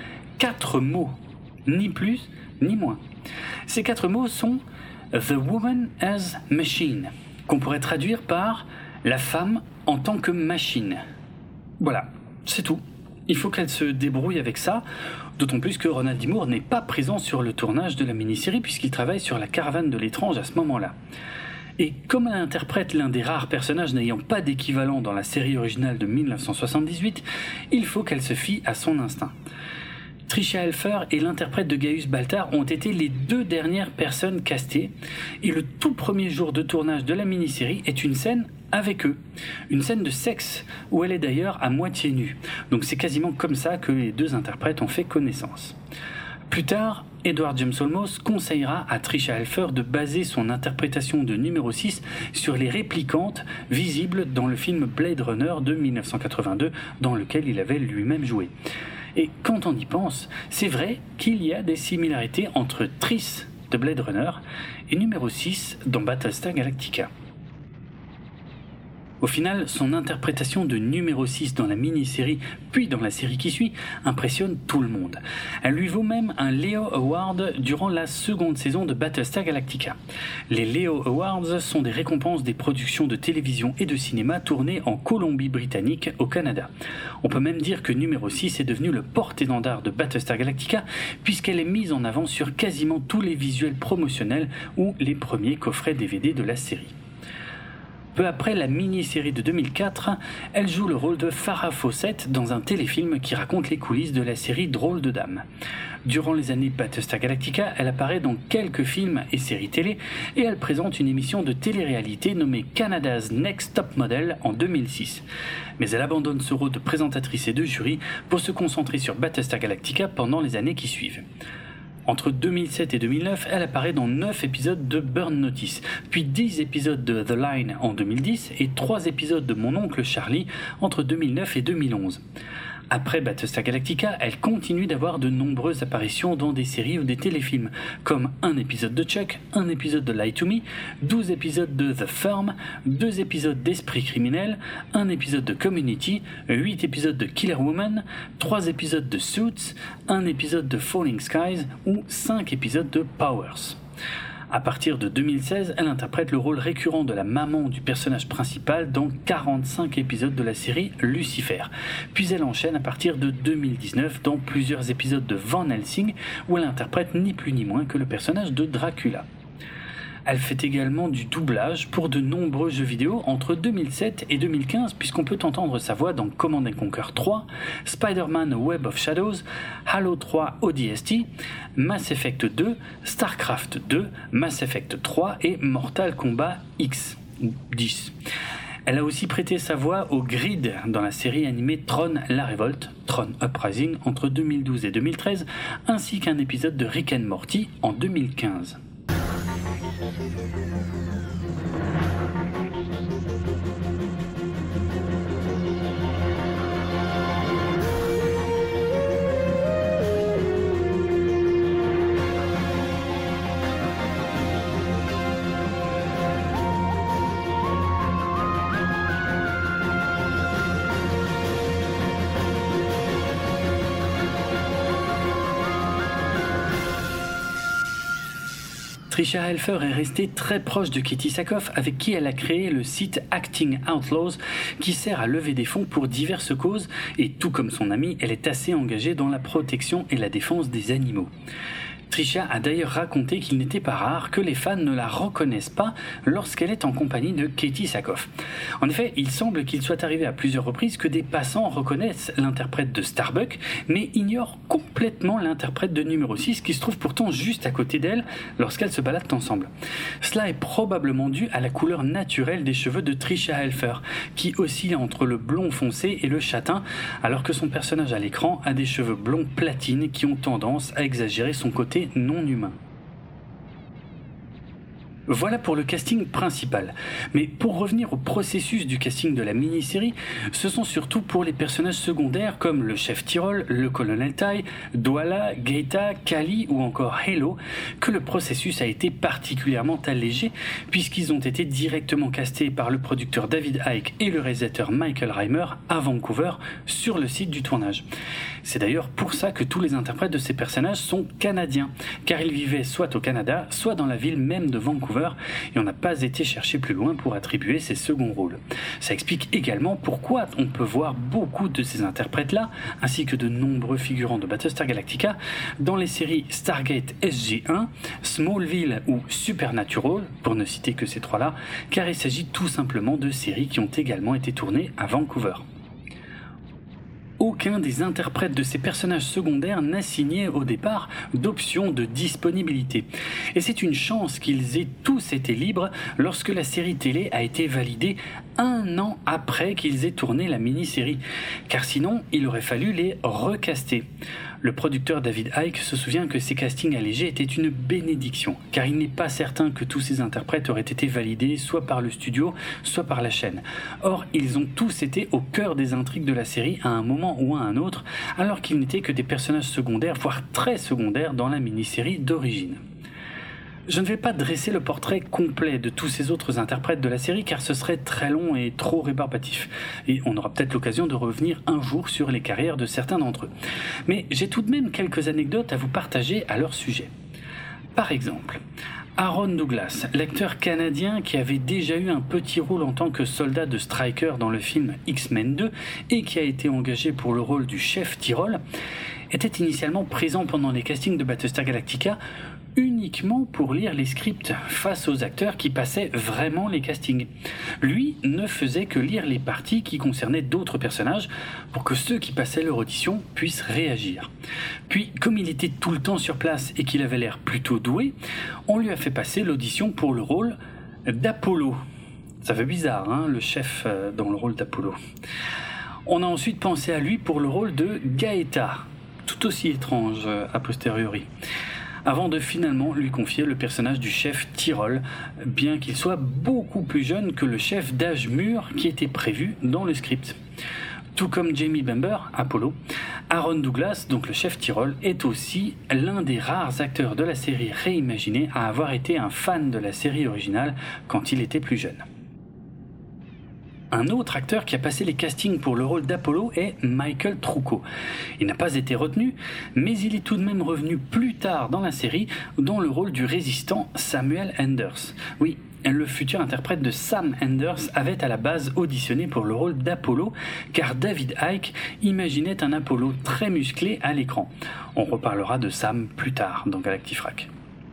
4 mots, ni plus ni moins. Ces 4 mots sont « The woman as machine », qu'on pourrait traduire par « la femme en tant que machine ». Voilà, c'est tout. Il faut qu'elle se débrouille avec ça, d'autant plus que Ronald D. Moore n'est pas présent sur le tournage de la mini-série puisqu'il travaille sur la caravane de l'étrange à ce moment-là. Et comme elle interprète l'un des rares personnages n'ayant pas d'équivalent dans la série originale de 1978, il faut qu'elle se fie à son instinct. Tricia Helfer et l'interprète de Gaius Baltar ont été les 2 dernières personnes castées et le tout premier jour de tournage de la mini-série est une scène avec eux, une scène de sexe où elle est d'ailleurs à moitié nue. Donc c'est quasiment comme ça que les 2 interprètes ont fait connaissance. Plus tard, Edward James Olmos conseillera à Tricia Helfer de baser son interprétation de numéro 6 sur les réplicantes visibles dans le film Blade Runner de 1982 dans lequel il avait lui-même joué. Et quand on y pense, c'est vrai qu'il y a des similarités entre Triss de Blade Runner et numéro 6 dans Battlestar Galactica. Au final, son interprétation de numéro 6 dans la mini-série, puis dans la série qui suit, impressionne tout le monde. Elle lui vaut même un Leo Award durant la seconde saison de Battlestar Galactica. Les Leo Awards sont des récompenses des productions de télévision et de cinéma tournées en Colombie-Britannique, au Canada. On peut même dire que numéro 6 est devenu le porte-étendard de Battlestar Galactica, puisqu'elle est mise en avant sur quasiment tous les visuels promotionnels ou les premiers coffrets DVD de la série. Peu après la mini-série de 2004, elle joue le rôle de Farrah Fawcett dans un téléfilm qui raconte les coulisses de la série Drôle de Dames. Durant les années Battlestar Galactica, elle apparaît dans quelques films et séries télé et elle présente une émission de télé-réalité nommée Canada's Next Top Model en 2006. Mais elle abandonne ce rôle de présentatrice et de jury pour se concentrer sur Battlestar Galactica pendant les années qui suivent. Entre 2007 et 2009, elle apparaît dans 9 épisodes de Burn Notice, puis 10 épisodes de The Line en 2010 et 3 épisodes de Mon oncle Charlie entre 2009 et 2011. Après Battlestar Galactica, elle continue d'avoir de nombreuses apparitions dans des séries ou des téléfilms, comme un épisode de Chuck, un épisode de Lie to Me, 12 épisodes de The Firm, 2 épisodes d'Esprit criminel, un épisode de Community, 8 épisodes de Killer Woman, 3 épisodes de Suits, un épisode de Falling Skies ou 5 épisodes de Powers. À partir de 2016, elle interprète le rôle récurrent de la maman du personnage principal dans 45 épisodes de la série Lucifer. Puis elle enchaîne à partir de 2019 dans plusieurs épisodes de Van Helsing où elle interprète ni plus ni moins que le personnage de Dracula. Elle fait également du doublage pour de nombreux jeux vidéo entre 2007 et 2015 puisqu'on peut entendre sa voix dans Command & Conquer 3, Spider-Man Web of Shadows, Halo 3 ODST, Mass Effect 2, StarCraft 2, Mass Effect 3 et Mortal Kombat X ou 10. Elle a aussi prêté sa voix au Grid dans la série animée Tron la Révolte, Tron Uprising entre 2012 et 2013, ainsi qu'un épisode de Rick and Morty en 2015. Tricia Helfer est restée très proche de Katie Sackhoff avec qui elle a créé le site Acting Outlaws qui sert à lever des fonds pour diverses causes et tout comme son amie, elle est assez engagée dans la protection et la défense des animaux. Tricia a d'ailleurs raconté qu'il n'était pas rare que les fans ne la reconnaissent pas lorsqu'elle est en compagnie de Katie Sackhoff. En effet, il semble qu'il soit arrivé à plusieurs reprises que des passants reconnaissent l'interprète de Starbuck, mais ignorent complètement l'interprète de numéro 6 qui se trouve pourtant juste à côté d'elle lorsqu'elles se baladent ensemble. Cela est probablement dû à la couleur naturelle des cheveux de Tricia Helfer, qui oscille entre le blond foncé et le châtain, alors que son personnage à l'écran a des cheveux blonds platine qui ont tendance à exagérer son côté non humain. Voilà pour le casting principal. Mais pour revenir au processus du casting de la mini-série, ce sont surtout pour les personnages secondaires comme le chef Tyrol, le colonel Tai, Douala, Gaeta, Kali ou encore Halo que le processus a été particulièrement allégé puisqu'ils ont été directement castés par le producteur David Icke et le réalisateur Michael Reimer à Vancouver sur le site du tournage. C'est d'ailleurs pour ça que tous les interprètes de ces personnages sont canadiens, car ils vivaient soit au Canada, soit dans la ville même de Vancouver, et on n'a pas été chercher plus loin pour attribuer ces seconds rôles. Ça explique également pourquoi on peut voir beaucoup de ces interprètes-là, ainsi que de nombreux figurants de Battlestar Galactica, dans les séries Stargate SG-1, Smallville ou Supernatural, pour ne citer que ces trois-là, car il s'agit tout simplement de séries qui ont également été tournées à Vancouver. Aucun des interprètes de ces personnages secondaires n'a signé au départ d'option de disponibilité. Et c'est une chance qu'ils aient tous été libres lorsque la série télé a été validée 1 an après qu'ils aient tourné la mini-série, car sinon il aurait fallu les recaster. Le producteur David Icke se souvient que ces castings allégés étaient une bénédiction, car il n'est pas certain que tous ces interprètes auraient été validés soit par le studio, soit par la chaîne. Or, ils ont tous été au cœur des intrigues de la série à un moment ou à un autre, alors qu'ils n'étaient que des personnages secondaires, voire très secondaires dans la mini-série d'origine. Je ne vais pas dresser le portrait complet de tous ces autres interprètes de la série car ce serait très long et trop rébarbatif. Et on aura peut-être l'occasion de revenir un jour sur les carrières de certains d'entre eux. Mais j'ai tout de même quelques anecdotes à vous partager à leur sujet. Par exemple, Aaron Douglas, l'acteur canadien qui avait déjà eu un petit rôle en tant que soldat de Stryker dans le film X-Men 2 et qui a été engagé pour le rôle du chef Tyrol, était initialement présent pendant les castings de Battlestar Galactica uniquement pour lire les scripts face aux acteurs qui passaient vraiment les castings. Lui ne faisait que lire les parties qui concernaient d'autres personnages pour que ceux qui passaient leur audition puissent réagir. Puis, comme il était tout le temps sur place et qu'il avait l'air plutôt doué, on lui a fait passer l'audition pour le rôle d'Apollo. Ça fait bizarre, hein, le chef dans le rôle d'Apollo. On a ensuite pensé à lui pour le rôle de Gaeta, tout aussi étrange a posteriori, avant de finalement lui confier le personnage du chef Tyrol, bien qu'il soit beaucoup plus jeune que le chef d'âge mûr qui était prévu dans le script. Tout comme Jamie Bamber, Apollo, Aaron Douglas, donc le chef Tyrol, est aussi l'un des rares acteurs de la série réimaginée à avoir été un fan de la série originale quand il était plus jeune. Un autre acteur qui a passé les castings pour le rôle d'Apollo est Michael Trucco. Il n'a pas été retenu, mais il est tout de même revenu plus tard dans la série dans le rôle du résistant Samuel Anders. Oui, le futur interprète de Sam Anders avait à la base auditionné pour le rôle d'Apollo, car David Icke imaginait un Apollo très musclé à l'écran. On reparlera de Sam plus tard dans Galactifrac.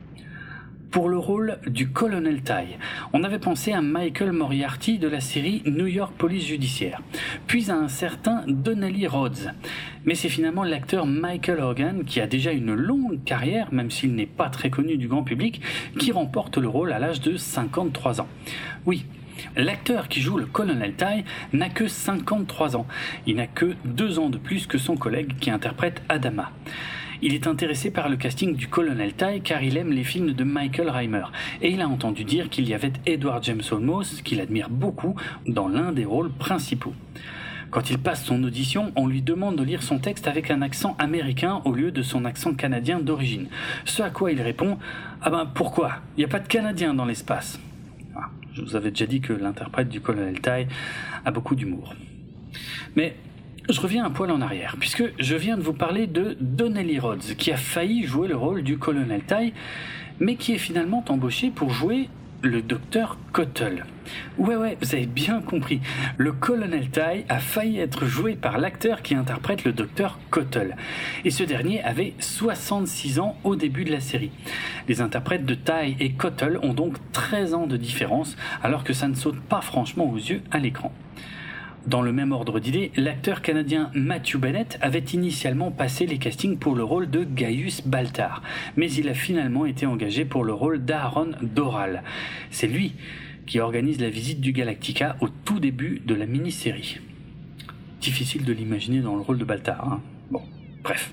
Pour le rôle du colonel Ty, on avait pensé à Michael Moriarty de la série New York Police Judiciaire, puis à un certain Donnelly Rhodes. Mais c'est finalement l'acteur Michael Hogan, qui a déjà une longue carrière, même s'il n'est pas très connu du grand public, qui remporte le rôle à l'âge de 53 ans. Oui, l'acteur qui joue le colonel Ty n'a que 53 ans. Il n'a que 2 ans de plus que son collègue qui interprète Adama. Il est intéressé par le casting du colonel Ty car il aime les films de Michael Reimer et il a entendu dire qu'il y avait Edward James Olmos, qu'il admire beaucoup, dans l'un des rôles principaux. Quand il passe son audition, on lui demande de lire son texte avec un accent américain au lieu de son accent canadien d'origine. Ce à quoi il répond « Ah ben pourquoi ? Il n'y a pas de Canadiens dans l'espace !» Je vous avais déjà dit que l'interprète du colonel Ty a beaucoup d'humour. Mais je reviens un poil en arrière, puisque je viens de vous parler de Donnelly Rhodes, qui a failli jouer le rôle du colonel Ty, mais qui est finalement embauché pour jouer le docteur Cottle. Ouais, vous avez bien compris. Le colonel Ty a failli être joué par l'acteur qui interprète le docteur Cottle. Et ce dernier avait 66 ans au début de la série. Les interprètes de Ty et Cottle ont donc 13 ans de différence, alors que ça ne saute pas franchement aux yeux à l'écran. Dans le même ordre d'idée, l'acteur canadien Matthew Bennett avait initialement passé les castings pour le rôle de Gaius Baltar, mais il a finalement été engagé pour le rôle d'Aaron Doral. C'est lui qui organise la visite du Galactica au tout début de la mini-série. Difficile de l'imaginer dans le rôle de Baltar, hein. Bon, bref.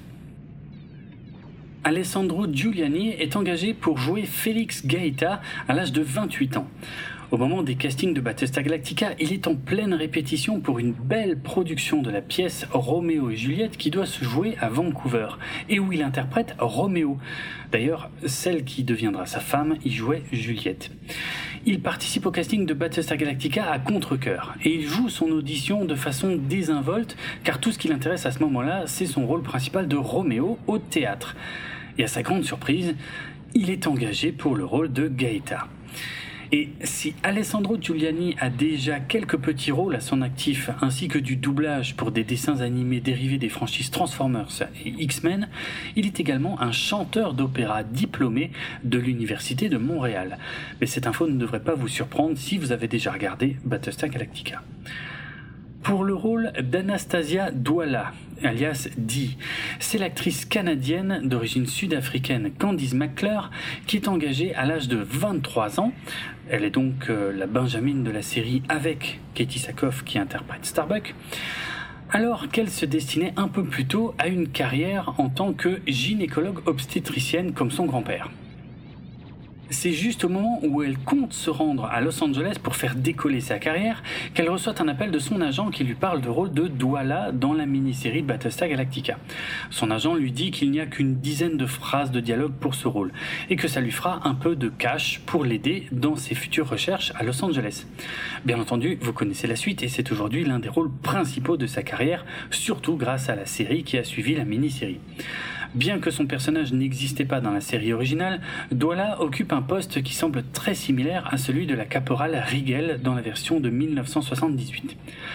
Alessandro Giuliani est engagé pour jouer Félix Gaeta à l'âge de 28 ans. Au moment des castings de Battlestar Galactica, il est en pleine répétition pour une belle production de la pièce Roméo et Juliette qui doit se jouer à Vancouver et où il interprète Roméo. D'ailleurs, celle qui deviendra sa femme y jouait Juliette. Il participe au casting de Battlestar Galactica à contre-cœur et il joue son audition de façon désinvolte car tout ce qui l'intéresse à ce moment-là, c'est son rôle principal de Roméo au théâtre. Et à sa grande surprise, il est engagé pour le rôle de Gaeta. Et si Alessandro Giuliani a déjà quelques petits rôles à son actif, ainsi que du doublage pour des dessins animés dérivés des franchises Transformers et X-Men, il est également un chanteur d'opéra diplômé de l'Université de Montréal. Mais cette info ne devrait pas vous surprendre si vous avez déjà regardé Battlestar Galactica. Pour le rôle d'Anastasia Douala, alias Dee, c'est l'actrice canadienne d'origine sud-africaine Candice McClure qui est engagée à l'âge de 23 ans. Elle est donc la Benjamin de la série avec Katie Sackhoff qui interprète Starbuck, alors qu'elle se destinait un peu plus tôt à une carrière en tant que gynécologue obstétricienne comme son grand-père. C'est juste au moment où elle compte se rendre à Los Angeles pour faire décoller sa carrière qu'elle reçoit un appel de son agent qui lui parle du rôle de Douala dans la mini-série de Battlestar Galactica. Son agent lui dit qu'il n'y a qu'une dizaine de phrases de dialogue pour ce rôle et que ça lui fera un peu de cash pour l'aider dans ses futures recherches à Los Angeles. Bien entendu, vous connaissez la suite et c'est aujourd'hui l'un des rôles principaux de sa carrière, surtout grâce à la série qui a suivi la mini-série. Bien que son personnage n'existait pas dans la série originale, Douala occupe un poste qui semble très similaire à celui de la caporale Rigel dans la version de 1978.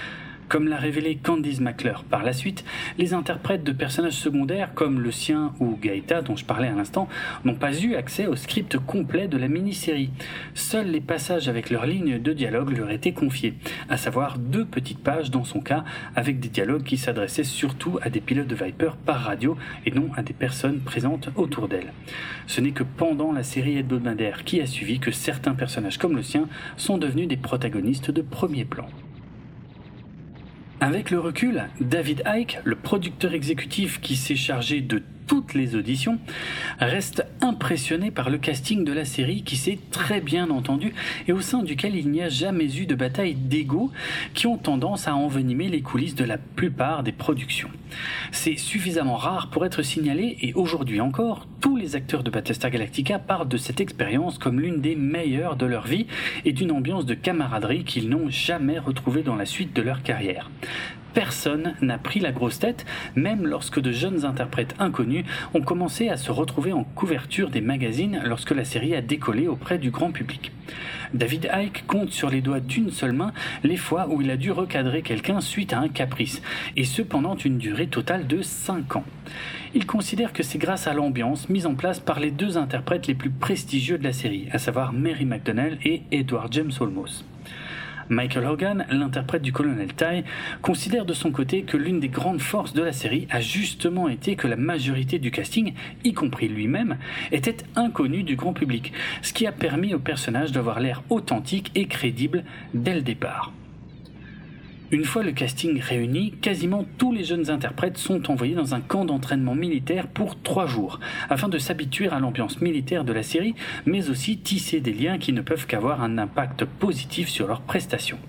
Comme l'a révélé Candice McClure par la suite, les interprètes de personnages secondaires comme le sien ou Gaeta dont je parlais à l'instant n'ont pas eu accès au script complet de la mini-série. Seuls les passages avec leurs lignes de dialogue leur étaient confiés, à savoir 2 petites pages dans son cas, avec des dialogues qui s'adressaient surtout à des pilotes de Viper par radio et non à des personnes présentes autour d'elle. Ce n'est que pendant la série hebdomadaire qui a suivi que certains personnages comme le sien sont devenus des protagonistes de premier plan. Avec le recul, David Icke, le producteur exécutif qui s'est chargé de toutes les auditions, reste impressionné par le casting de la série qui s'est très bien entendu et au sein duquel il n'y a jamais eu de bataille d'ego qui ont tendance à envenimer les coulisses de la plupart des productions. C'est suffisamment rare pour être signalé et aujourd'hui encore, tous les acteurs de Battlestar Galactica parlent de cette expérience comme l'une des meilleures de leur vie et d'une ambiance de camaraderie qu'ils n'ont jamais retrouvée dans la suite de leur carrière. Personne n'a pris la grosse tête, même lorsque de jeunes interprètes inconnus ont commencé à se retrouver en couverture des magazines lorsque la série a décollé auprès du grand public. David Icke compte sur les doigts d'une seule main les fois où il a dû recadrer quelqu'un suite à un caprice, et ce pendant une durée totale de 5 ans. Il considère que c'est grâce à l'ambiance mise en place par les 2 interprètes les plus prestigieux de la série, à savoir Mary McDonnell et Edward James Olmos. Michael Hogan, l'interprète du colonel Ty, considère de son côté que l'une des grandes forces de la série a justement été que la majorité du casting, y compris lui-même, était inconnu du grand public, ce qui a permis au personnage d'avoir l'air authentique et crédible dès le départ. Une fois le casting réuni, quasiment tous les jeunes interprètes sont envoyés dans un camp d'entraînement militaire pour 3 jours, afin de s'habituer à l'ambiance militaire de la série, mais aussi tisser des liens qui ne peuvent qu'avoir un impact positif sur leurs prestations.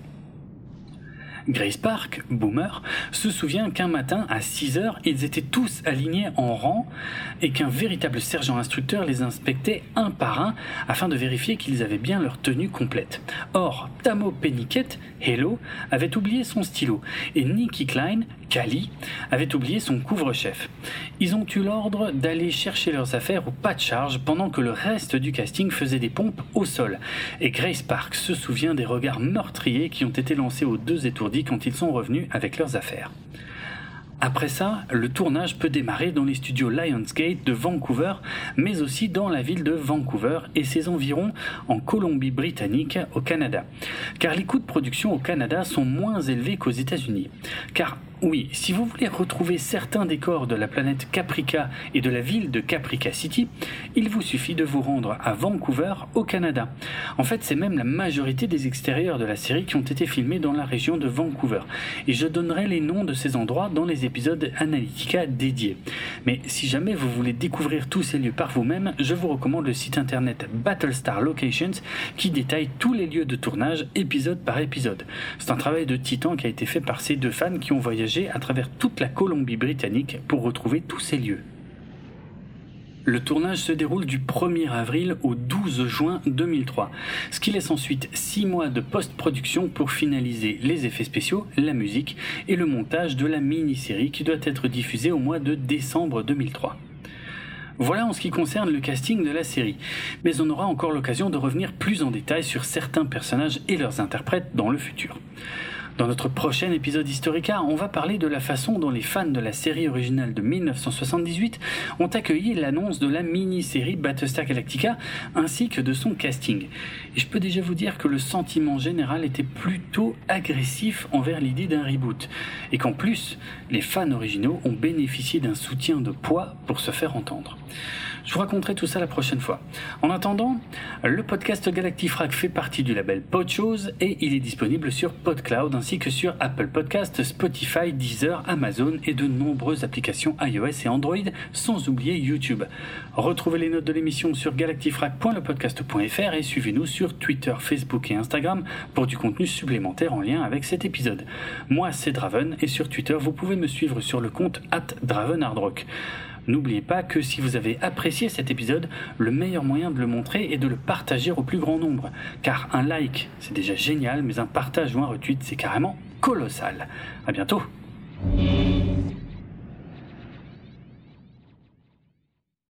Grace Park, Boomer, se souvient qu'un matin à 6h, ils étaient tous alignés en rang et qu'un véritable sergent instructeur les inspectait un par un afin de vérifier qu'ils avaient bien leur tenue complète. Or, Tamo Penniket, Hello, avait oublié son stylo et Nikki Klein, Kali, avait oublié son couvre-chef. Ils ont eu l'ordre d'aller chercher leurs affaires au pas de charge pendant que le reste du casting faisait des pompes au sol. Et Grace Park se souvient des regards meurtriers qui ont été lancés aux 2 étourdis quand ils sont revenus avec leurs affaires. Après ça, le tournage peut démarrer dans les studios Lionsgate de Vancouver, mais aussi dans la ville de Vancouver et ses environs en Colombie-Britannique au Canada. Car les coûts de production au Canada sont moins élevés qu'aux États-Unis. Car oui, si vous voulez retrouver certains décors de la planète Caprica et de la ville de Caprica City, il vous suffit de vous rendre à Vancouver, au Canada. En fait, c'est même la majorité des extérieurs de la série qui ont été filmés dans la région de Vancouver. Et je donnerai les noms de ces endroits dans les épisodes Analytica dédiés. Mais si jamais vous voulez découvrir tous ces lieux par vous-même, je vous recommande le site internet Battlestar Locations qui détaille tous les lieux de tournage épisode par épisode. C'est un travail de titan qui a été fait par ces 2 fans qui ont voyagé à travers toute la Colombie-Britannique pour retrouver tous ces lieux. Le tournage se déroule du 1er avril au 12 juin 2003, ce qui laisse ensuite 6 mois de post-production pour finaliser les effets spéciaux, la musique et le montage de la mini-série qui doit être diffusée au mois de décembre 2003. Voilà en ce qui concerne le casting de la série, mais on aura encore l'occasion de revenir plus en détail sur certains personnages et leurs interprètes dans le futur. Dans notre prochain épisode Historica, on va parler de la façon dont les fans de la série originale de 1978 ont accueilli l'annonce de la mini-série Battlestar Galactica ainsi que de son casting. Et je peux déjà vous dire que le sentiment général était plutôt agressif envers l'idée d'un reboot, et qu'en plus, les fans originaux ont bénéficié d'un soutien de poids pour se faire entendre. Je vous raconterai tout ça la prochaine fois. En attendant, le podcast Galactifrac fait partie du label Podchose et il est disponible sur PodCloud ainsi que sur Apple Podcasts, Spotify, Deezer, Amazon et de nombreuses applications iOS et Android, sans oublier YouTube. Retrouvez les notes de l'émission sur galactifrac.lepodcast.fr et suivez-nous sur Twitter, Facebook et Instagram pour du contenu supplémentaire en lien avec cet épisode. Moi, c'est Draven et sur Twitter, vous pouvez me suivre sur le compte @DravenHardRock. N'oubliez pas que si vous avez apprécié cet épisode, le meilleur moyen de le montrer est de le partager au plus grand nombre. Car un like, c'est déjà génial, mais un partage ou un retweet, c'est carrément colossal. À bientôt!